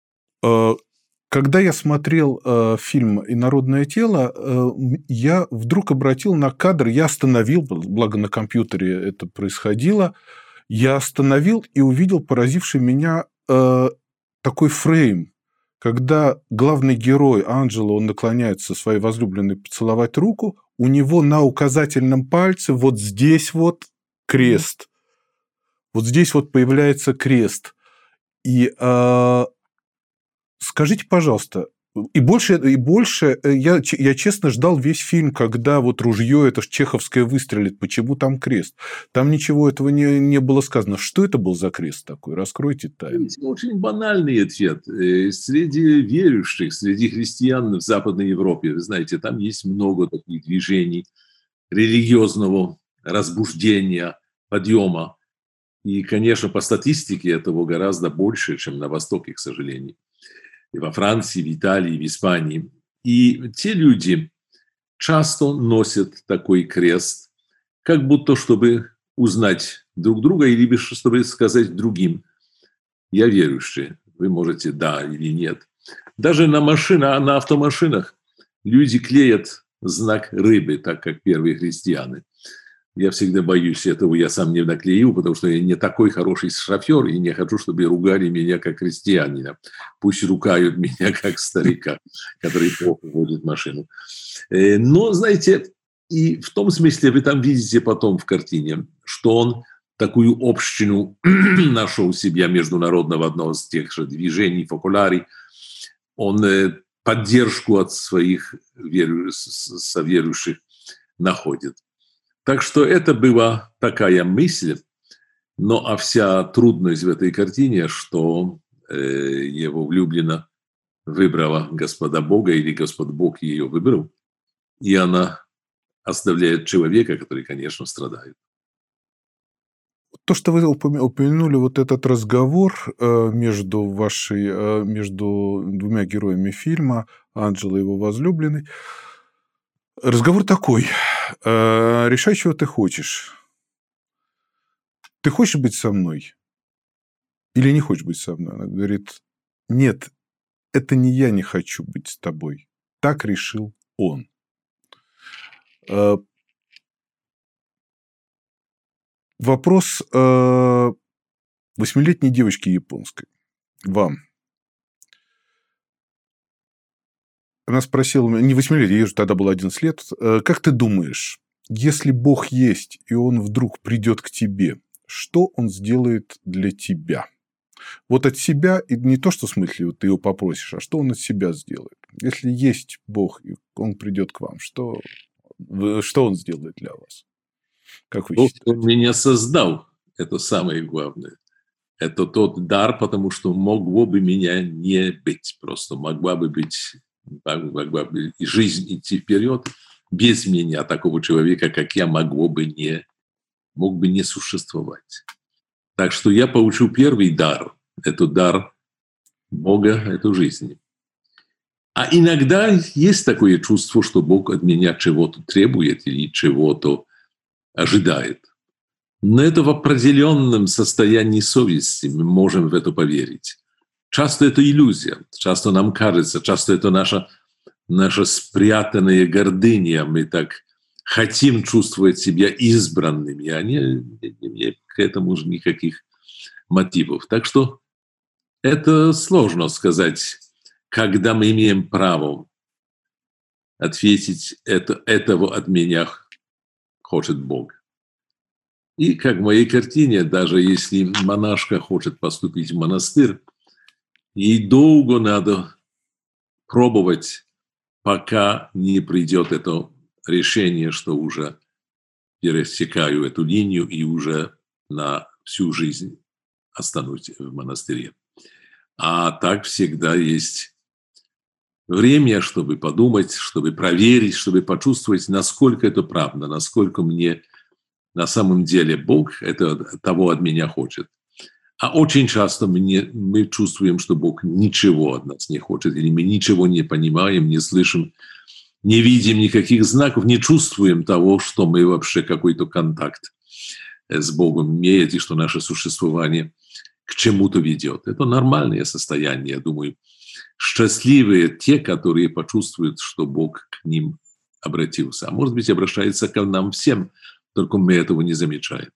Когда я смотрел фильм «Инородное тело», я вдруг обратил на кадр, я остановил, благо на компьютере это происходило, я остановил и увидел поразивший меня такой фрейм, когда главный герой Анджело, он наклоняется своей возлюбленной поцеловать руку, у него на указательном пальце вот здесь вот крест. Вот здесь вот появляется крест. И скажите, пожалуйста, и больше я честно ждал весь фильм, когда вот ружье это чеховское выстрелит, почему там крест? Там ничего этого не было сказано. Что это был за крест такой? Раскройте тайну. Это очень банальный ответ. Среди верующих, среди христиан в Западной Европе, вы знаете, там есть много таких движений религиозного разбуждения, подъема. И, конечно, по статистике этого гораздо больше, чем на Востоке, к сожалению. И во Франции, в Италии, в Испании. И те люди часто носят такой крест, как будто чтобы узнать друг друга или чтобы сказать другим: я верующий, вы можете да или нет. Даже на автомашинах люди клеят знак рыбы, так как первые христиане. Я всегда боюсь этого, я сам не наклеил, потому что я не такой хороший шофер и не хочу, чтобы ругали меня как христианина. Пусть ругают меня как старика, который плохо водит машину. Но, знаете, и в том смысле вы там видите потом в картине, что он такую общину нашел себя международного одного из тех же движений, фокулярий. Он поддержку от своих соверующих находит. Так что это была такая мысль, но а вся трудность в этой картине, что его влюблена выбрала Господа Бога, или Господь Бог ее выбрал, и она оставляет человека, который, конечно, страдает. То, что вы упомянули вот этот разговор между двумя героями фильма, Анджело и его возлюбленной, разговор такой. Решай, чего ты хочешь. Ты хочешь быть со мной или не хочешь быть со мной? Она говорит, нет, это не я не хочу быть с тобой. Так решил он. Вопрос 8-летней девочки японской. Вам. Она спросила, не 8 лет, ей же тогда было 11 лет. Как ты думаешь, если Бог есть, и Он вдруг придет к тебе, что Он сделает для тебя? Вот от себя, и не то, что в смысле вот ты его попросишь, а что Он от себя сделает? Если есть Бог, и Он придет к вам, что Он сделает для вас? Как вы Бог, считаете? Он меня создал, это самое главное. Это тот дар, потому что могло бы меня не быть. Просто могла бы и жизнь идти вперед без меня, такого человека, как я, мог бы не существовать. Так что я получил первый дар. Это дар Бога, это жизнь. А иногда есть такое чувство, что Бог от меня чего-то требует или чего-то ожидает. Но это в определенном состоянии совести мы можем в это поверить. Часто это иллюзия, часто нам кажется, часто это наша спрятанная гордыня. Мы так хотим чувствовать себя избранными, а нет к этому же никаких мотивов. Так что это сложно сказать, когда мы имеем право ответить, этого от меня хочет Бог. И как в моей картине, даже если монашка хочет поступить в монастырь, ей долго надо пробовать, пока не придет это решение, что уже пересекаю эту линию и уже на всю жизнь останусь в монастыре. А так всегда есть время, чтобы подумать, чтобы проверить, чтобы почувствовать, насколько это правда, насколько мне на самом деле Бог того от меня хочет. А очень часто мы чувствуем, что Бог ничего от нас не хочет, или мы ничего не понимаем, не слышим, не видим никаких знаков, не чувствуем того, что мы вообще какой-то контакт с Богом имеем, и что наше существование к чему-то ведет. Это нормальное состояние, я думаю. Счастливые те, которые почувствуют, что Бог к ним обратился. А может быть, обращается к нам всем, только мы этого не замечаем.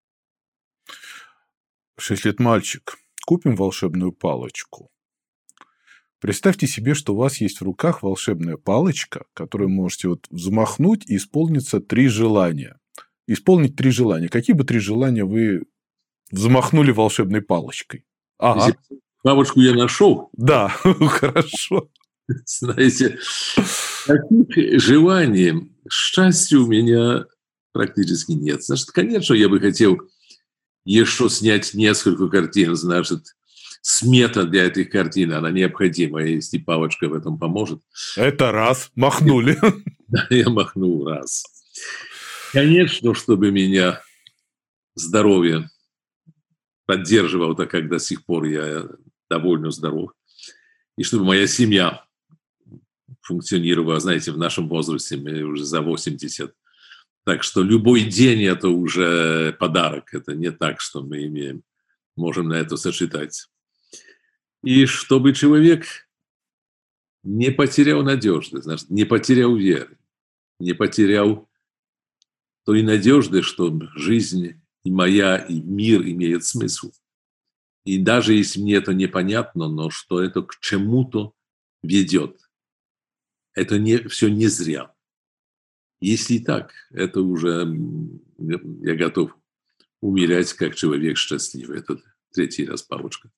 6 лет мальчик. Купим волшебную палочку. Представьте себе, что у вас есть в руках волшебная палочка, которую можете вот взмахнуть, и исполнится 3 желания. Исполнить 3 желания. Какие бы 3 желания вы взмахнули волшебной палочкой? Ага. Если палочку я нашел. Да, хорошо. Знаете, таких желаний, счастья у меня практически нет. Значит, конечно, я бы хотел еще снять несколько картин, значит, смета для этих картин, она необходима, если палочка в этом поможет. Это раз, махнули. Да, я махнул раз. Конечно, чтобы меня здоровье поддерживало, так как до сих пор я довольно здоров, и чтобы моя семья функционировала, знаете, в нашем возрасте, мы уже за 80. Так что любой день – это уже подарок. Это не так, что мы можем на это сосчитать. И чтобы человек не потерял надежды, значит, не потерял веры, не потерял той надежды, что жизнь и моя, и мир имеет смысл. И даже если мне это непонятно, но что это к чему-то ведет. Это все не зря. Если так, это уже я готов умирать как человек счастливый. Это третий раз палочка.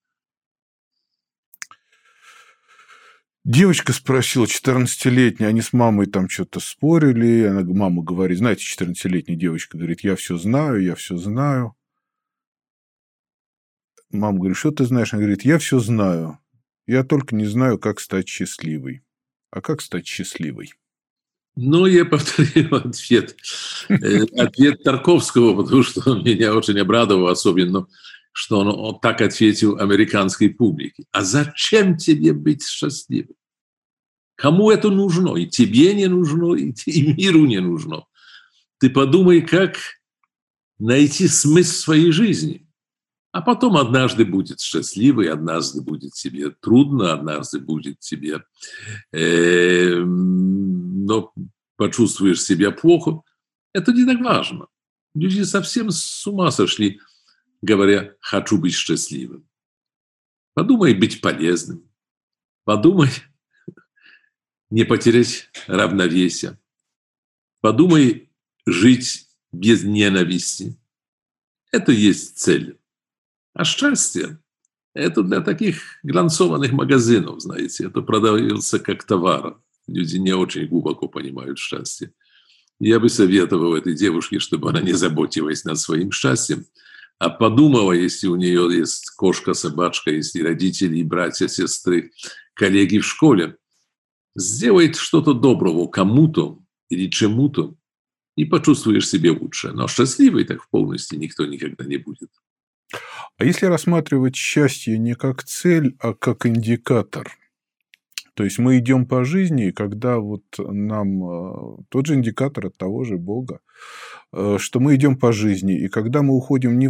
Девочка спросила, 14-летняя, они с мамой там что-то спорили. Мама говорит, знаете, 14-летняя девочка говорит, я все знаю, я все знаю. Мама говорит, что ты знаешь? Она говорит, я все знаю. Я только не знаю, как стать счастливой. А как стать счастливой? Ну, я повторю ответ. Ответ Тарковского, потому что он меня очень обрадовал, особенно, что он так ответил американской публике. А зачем тебе быть счастливым? Кому это нужно? И тебе не нужно, и миру не нужно. Ты подумай, как найти смысл своей жизни. А потом однажды будет счастливый, однажды будет тебе трудно, однажды будет тебе, но почувствуешь себя плохо. Это не так важно. Люди совсем с ума сошли, говоря, хочу быть счастливым. Подумай быть полезным. Подумай не потерять равновесие. Подумай жить без ненависти. Это и есть цель. А счастье – это для таких глянцованных магазинов, знаете. Это продается как товар. Люди не очень глубоко понимают счастье. Я бы советовал этой девушке, чтобы она не заботилась над своим счастьем, а подумала, если у нее есть кошка, собачка, если родители, братья, сестры, коллеги в школе, сделает что-то доброго кому-то или чему-то, и почувствуешь себя лучше. Но счастливой так в полности никто никогда не будет. А если рассматривать счастье не как цель, а как индикатор? То есть мы идем по жизни, и когда вот нам тот же индикатор от того же Бога, что мы идем по жизни, и когда мы уходим не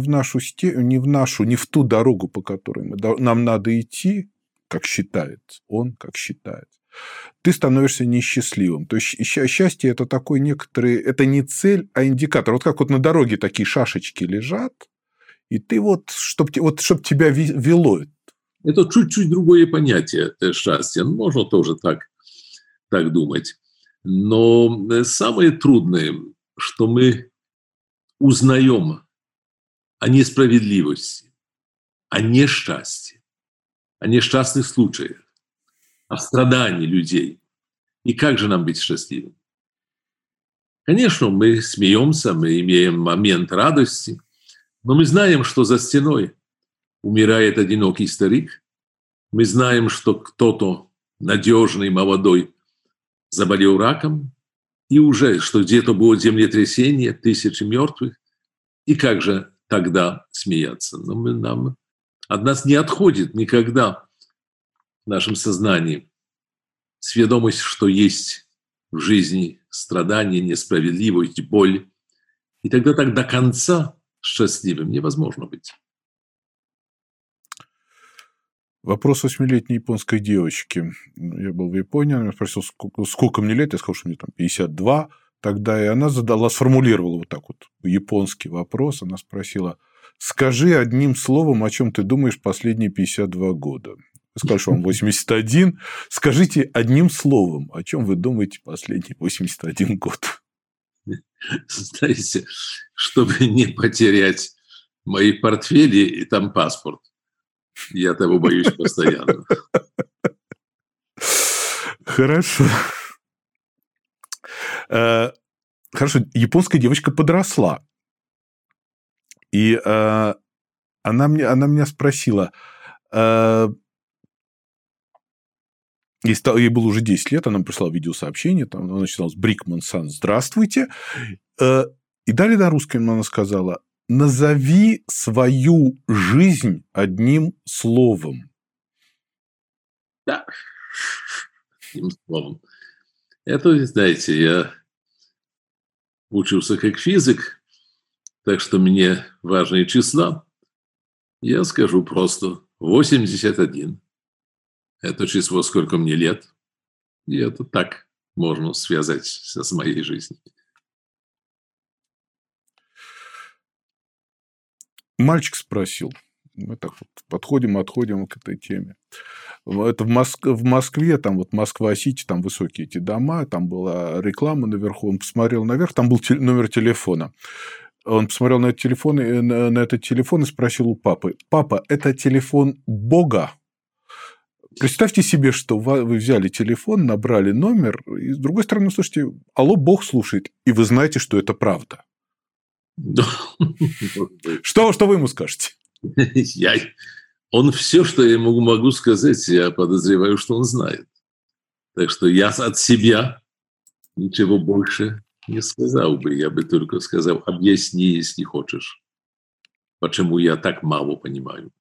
в ту дорогу, по которой нам надо идти, как считает он, как считает, ты становишься несчастливым. То есть счастье – это такой некоторый, это не цель, а индикатор. Вот как вот на дороге такие шашечки лежат, и ты вот, чтоб тебя вело. Это чуть-чуть другое понятие счастья. Можно тоже так думать. Но самое трудное, что мы узнаем о несправедливости, о несчастье, о несчастных случаях, о страдании людей. И как же нам быть счастливым? Конечно, мы смеемся, мы имеем момент радости, но мы знаем, что за стеной умирает одинокий старик. Мы знаем, что кто-то надежный, молодой, заболел раком, и уже, что где-то было землетрясение, 1000 мертвых. И как же тогда смеяться? Но от нас не отходит никогда в нашем сознании сведомость, что есть в жизни страдания, несправедливость, боль. И тогда так до конца счастливым невозможно быть. Вопрос 8-летней японской девочки. Я был в Японии, она меня спросила, сколько мне лет, я сказал, что мне там 52 тогда, и она сформулировала вот так вот японский вопрос, она спросила, скажи одним словом, о чем ты думаешь последние 52 года. Вы сказали, что вам 81, скажите одним словом, о чем вы думаете последние 81 год. Знаете, чтобы не потерять мои портфели и там паспорт. Я того боюсь постоянно. Хорошо. Хорошо. Японская девочка подросла. И она меня спросила, ей было уже 10 лет, она прислала видеосообщение, там она начиналась «Брикман-сан, здравствуйте». И далее на русском она сказала, назови свою жизнь одним словом. Да, одним словом. Это, знаете, я учился как физик, так что мне важные числа. Я скажу просто 81. Это число, сколько мне лет. И это так можно связать с моей жизнью. Мальчик спросил. Мы так вот отходим к этой теме. Это в Москве, там вот Москва-Сити, там высокие эти дома, там была реклама наверху, он посмотрел наверх, там был номер телефона. Он посмотрел на этот телефон и спросил у папы: «Папа, это телефон Бога?» Представьте себе, что вы взяли телефон, набрали номер, и с другой стороны, слушайте, алло, Бог слушает, и вы знаете, что это правда. Что вы ему скажете? Он все, что я ему могу сказать, я подозреваю, что он знает. Так что я от себя ничего больше не сказал бы. Я бы только сказал: объясни, если хочешь, почему я так мало понимаю.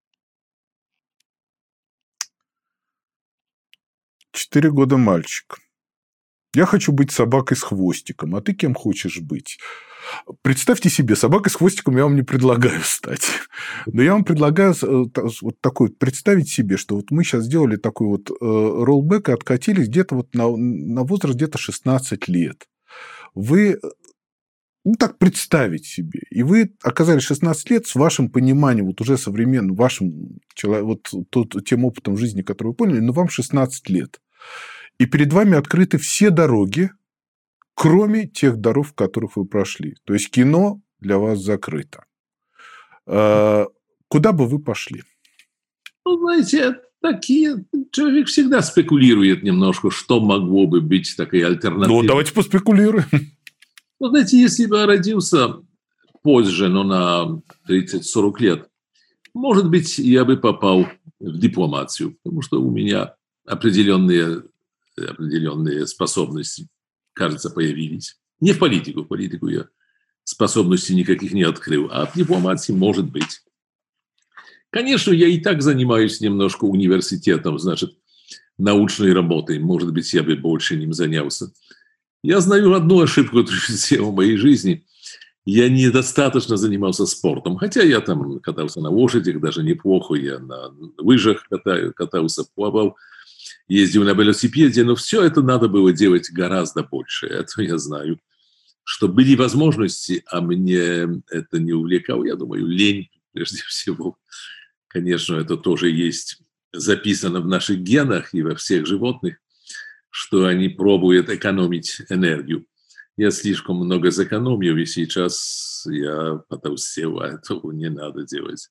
4 года мальчик. Я хочу быть собакой с хвостиком, а ты кем хочешь быть? Представьте себе, собакой с хвостиком я вам не предлагаю стать. Но я вам предлагаю вот такой представить себе, что вот мы сейчас сделали такой вот роллбэк и откатились где-то вот на возраст где-то 16 лет. Вы так представить себе. И вы оказались 16 лет с вашим пониманием, вот уже современным, вашим вот тем опытом жизни, который вы поняли, но вам 16 лет. И перед вами открыты все дороги, кроме тех дорог, в которых вы прошли. То есть кино для вас закрыто. Куда бы вы пошли? Ну, знаете, человек всегда спекулирует немножко, что могло бы быть такой альтернативой. Ну, давайте поспекулируем. Ну, знаете, если бы я родился позже, но на 30-40 лет, может быть, я бы попал в дипломатию, потому что у меня определенные способности, кажется, появились. Не в политику. В политику я способностей никаких не открыл. А в дипломатии может быть. Конечно, я и так занимаюсь немножко университетом, значит, научной работой. Может быть, я бы больше им занялся. Я знаю одну ошибку, которую сделал в моей жизни. Я недостаточно занимался спортом. Хотя я там катался на лошадях, даже неплохо. Я на лыжах катался, плавал. Ездил на велосипеде, но все это надо было делать гораздо больше. Это я знаю. Что были возможности, а мне это не увлекало. Я думаю, лень прежде всего. Конечно, это тоже есть записано в наших генах и во всех животных, что они пробуют экономить энергию. Я слишком много сэкономил, и сейчас я потолстел, а этого не надо делать.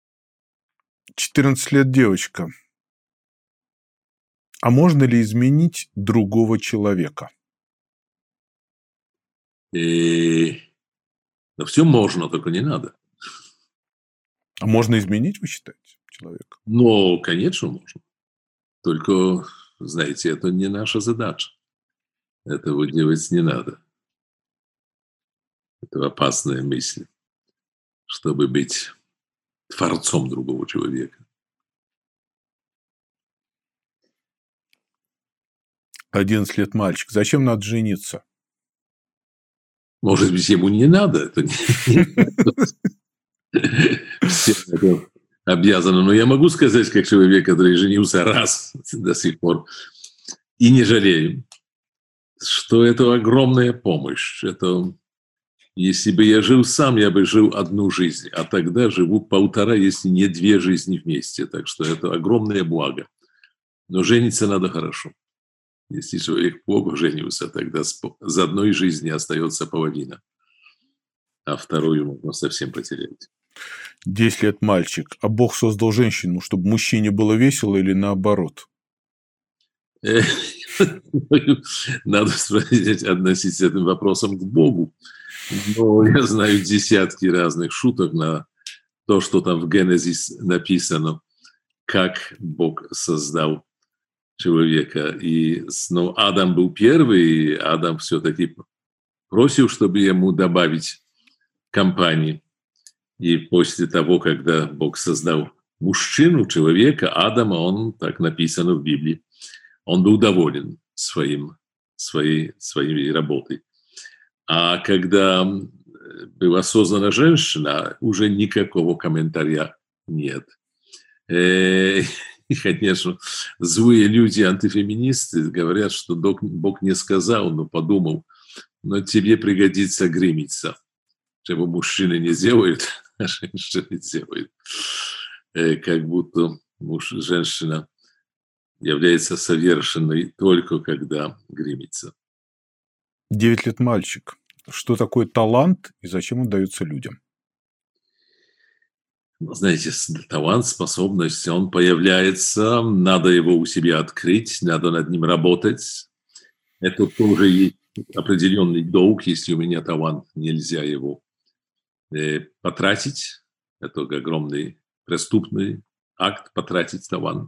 14 лет девочка. А можно ли изменить другого человека? Но все можно, только не надо. А можно изменить, вы считаете, человека? Ну, конечно, можно. Только, знаете, это не наша задача. Этого делать не надо. Это опасная мысль, чтобы быть творцом другого человека. 11 лет мальчик. Зачем надо жениться? Может быть, ему не надо. Это все это обязаны. Но я могу сказать, как человек, который женился раз до сих пор, и не жалею, что это огромная помощь. Это, если бы я жил сам, я бы жил одну жизнь, а тогда живу 1,5, если не 2 жизни вместе. Так что это огромное благо. Но жениться надо хорошо. Если человек плохо женился, тогда за одной жизни остается половина, а вторую можно совсем потерять. 10 лет мальчик. А Бог создал женщину, чтобы мужчине было весело или наоборот? Надо относиться к этим вопросам к Богу. Но я знаю десятки разных шуток на то, что там в Генезис написано, как Бог создал человека. И Адам был первый, и Адам все-таки просил, чтобы ему добавить компании. И после того, когда Бог создал мужчину, человека, Адама, он, так написано в Библии, он был доволен своей работой. А когда была создана женщина, уже никакого комментария нет. И, конечно, злые люди, антифеминисты, говорят, что Бог не сказал, но подумал, но тебе пригодится гримиться. Чего мужчины не делают, а женщины делают. Как будто женщина является совершенной только когда гримится. 9 лет мальчик. что такое талант и зачем он дается людям? Знаете, талант, способность, он появляется, надо его у себя открыть, надо над ним работать. Это тоже есть определенный долг, если у меня талант, нельзя его потратить. Это огромный преступный акт, потратить талант.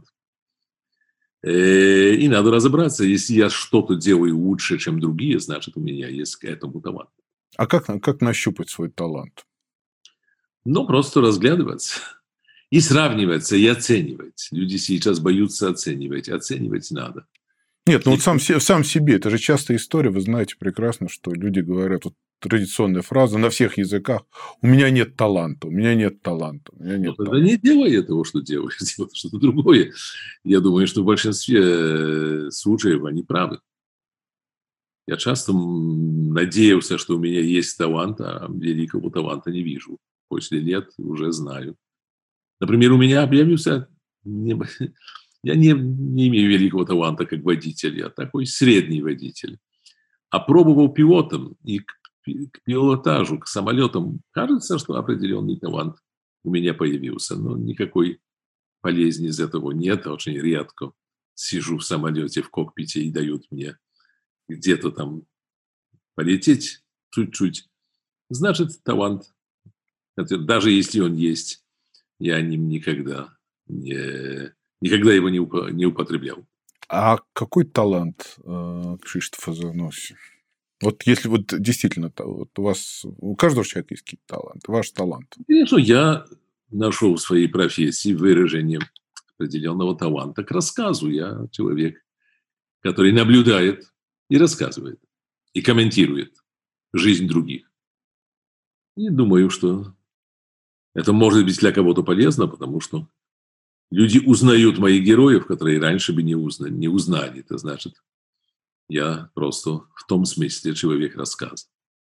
И надо разобраться, если я что-то делаю лучше, чем другие, значит, у меня есть к этому талант. А как нащупать свой талант? Но просто разглядываться и сравниваться, и оценивать. Люди сейчас боятся оценивать. Оценивать надо. Нет, ну вот сам себе. Это же частая история. Вы знаете прекрасно, что люди говорят, вот традиционная фраза на всех языках: у меня нет таланта, у меня нет таланта, у меня нет Тогда таланта. не делай того, что делаешь, делай что-то другое. Я думаю, что в большинстве случаев они правы. Я часто надеялся, что у меня есть талант, а великого таланта не вижу. После лет уже знаю. Например, у меня объявился... Я не имею великого таланта как водитель, я такой средний водитель. А пробовал пилотом, и к пилотажу, к самолетам кажется, что определенный талант у меня появился, но никакой полезни из этого нет. Очень редко сижу в самолете, в кокпите и дают мне где-то там полететь чуть-чуть. Значит, талант, даже если он есть, я ним никогда его не употреблял. А какой талант Кшиштофа Заносси? Вот если вот действительно вот у каждого человека есть какие-то таланты, ваш талант. Конечно, я нашел в своей профессии выражение определенного таланта к рассказу. Я человек, который наблюдает и рассказывает, и комментирует жизнь других. И думаю, что это может быть для кого-то полезно, потому что люди узнают моих героев, которые раньше бы не узнали. Это значит, я просто в том смысле человек рассказа.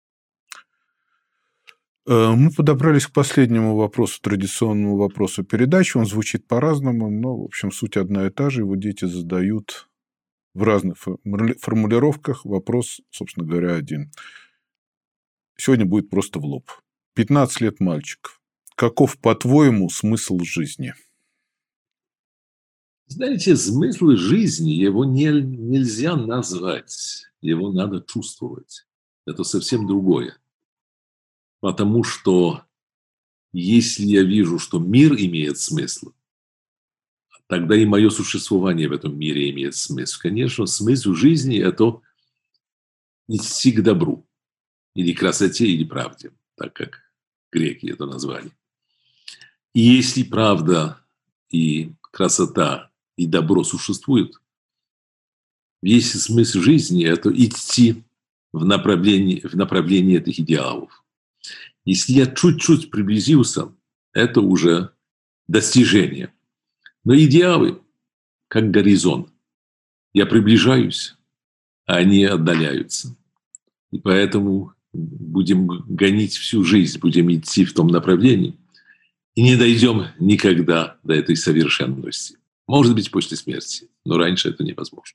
Мы подобрались к последнему вопросу, традиционному вопросу передачи. Он звучит по-разному, но, в общем, суть одна и та же. Его дети задают в разных формулировках. Вопрос, собственно говоря, один. Сегодня будет просто в лоб. 15 лет мальчик. Каков, по-твоему, смысл жизни? Знаете, смысл жизни, его нельзя назвать. Его надо чувствовать. Это совсем другое. Потому что если я вижу, что мир имеет смысл, тогда и мое существование в этом мире имеет смысл. Конечно, смысл жизни – это идти к добру, или красоте, или правде, так как греки это назвали. И если правда и красота и добро существуют, весь смысл жизни – это идти в направлении этих идеалов. Если я чуть-чуть приблизился, это уже достижение. Но идеалы, как горизонт. Я приближаюсь, а они отдаляются. И поэтому будем гонить всю жизнь, будем идти в том направлении, и не дойдем никогда до этой совершенности. Может быть, после смерти, но раньше это невозможно.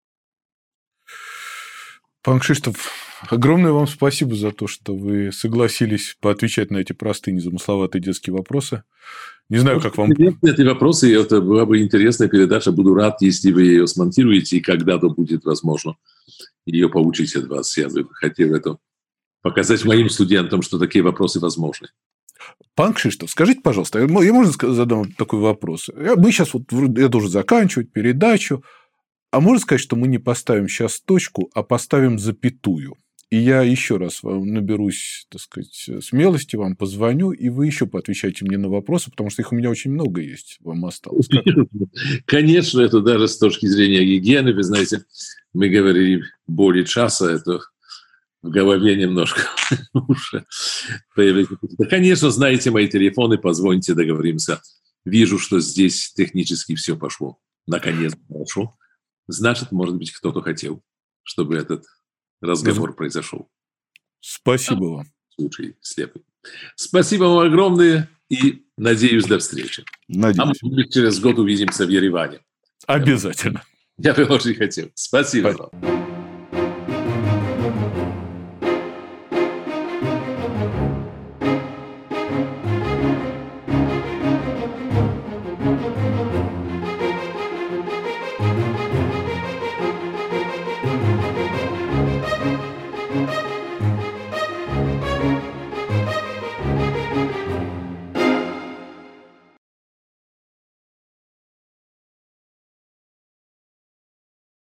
Пан Кшиштоф, огромное вам спасибо за то, что вы согласились поотвечать на эти простые, незамысловатые детские вопросы. Не знаю, как вам... Эти вопросы, это была бы интересная передача. Буду рад, если вы ее смонтируете, и когда-то будет возможно ее получить от вас. Я бы хотел это показать моим студентам, что такие вопросы возможны. Пан Кшиштоф, скажите, пожалуйста, я можно задам такой вопрос? Мы сейчас, я должен заканчивать передачу. А можно сказать, что мы не поставим сейчас точку, а поставим запятую? И я еще раз вам наберусь, так сказать, смелости, вам позвоню, и вы еще поотвечаете мне на вопросы, потому что их у меня очень много есть, вам осталось. Конечно, это даже с точки зрения гигиены, вы знаете, мы говорили более часа, это в голове немножко уже появляется. Конечно, знаете мои телефоны, позвоните, договоримся. Вижу, что здесь технически все пошло. Наконец, хорошо. Значит, может быть, кто-то хотел, чтобы этот разговор произошел. Спасибо вам. Случай слепый. Спасибо вам огромное и надеюсь, до встречи. Надеюсь. А может быть, через год увидимся в Ереване. Обязательно. Я бы очень хотел. Спасибо вам.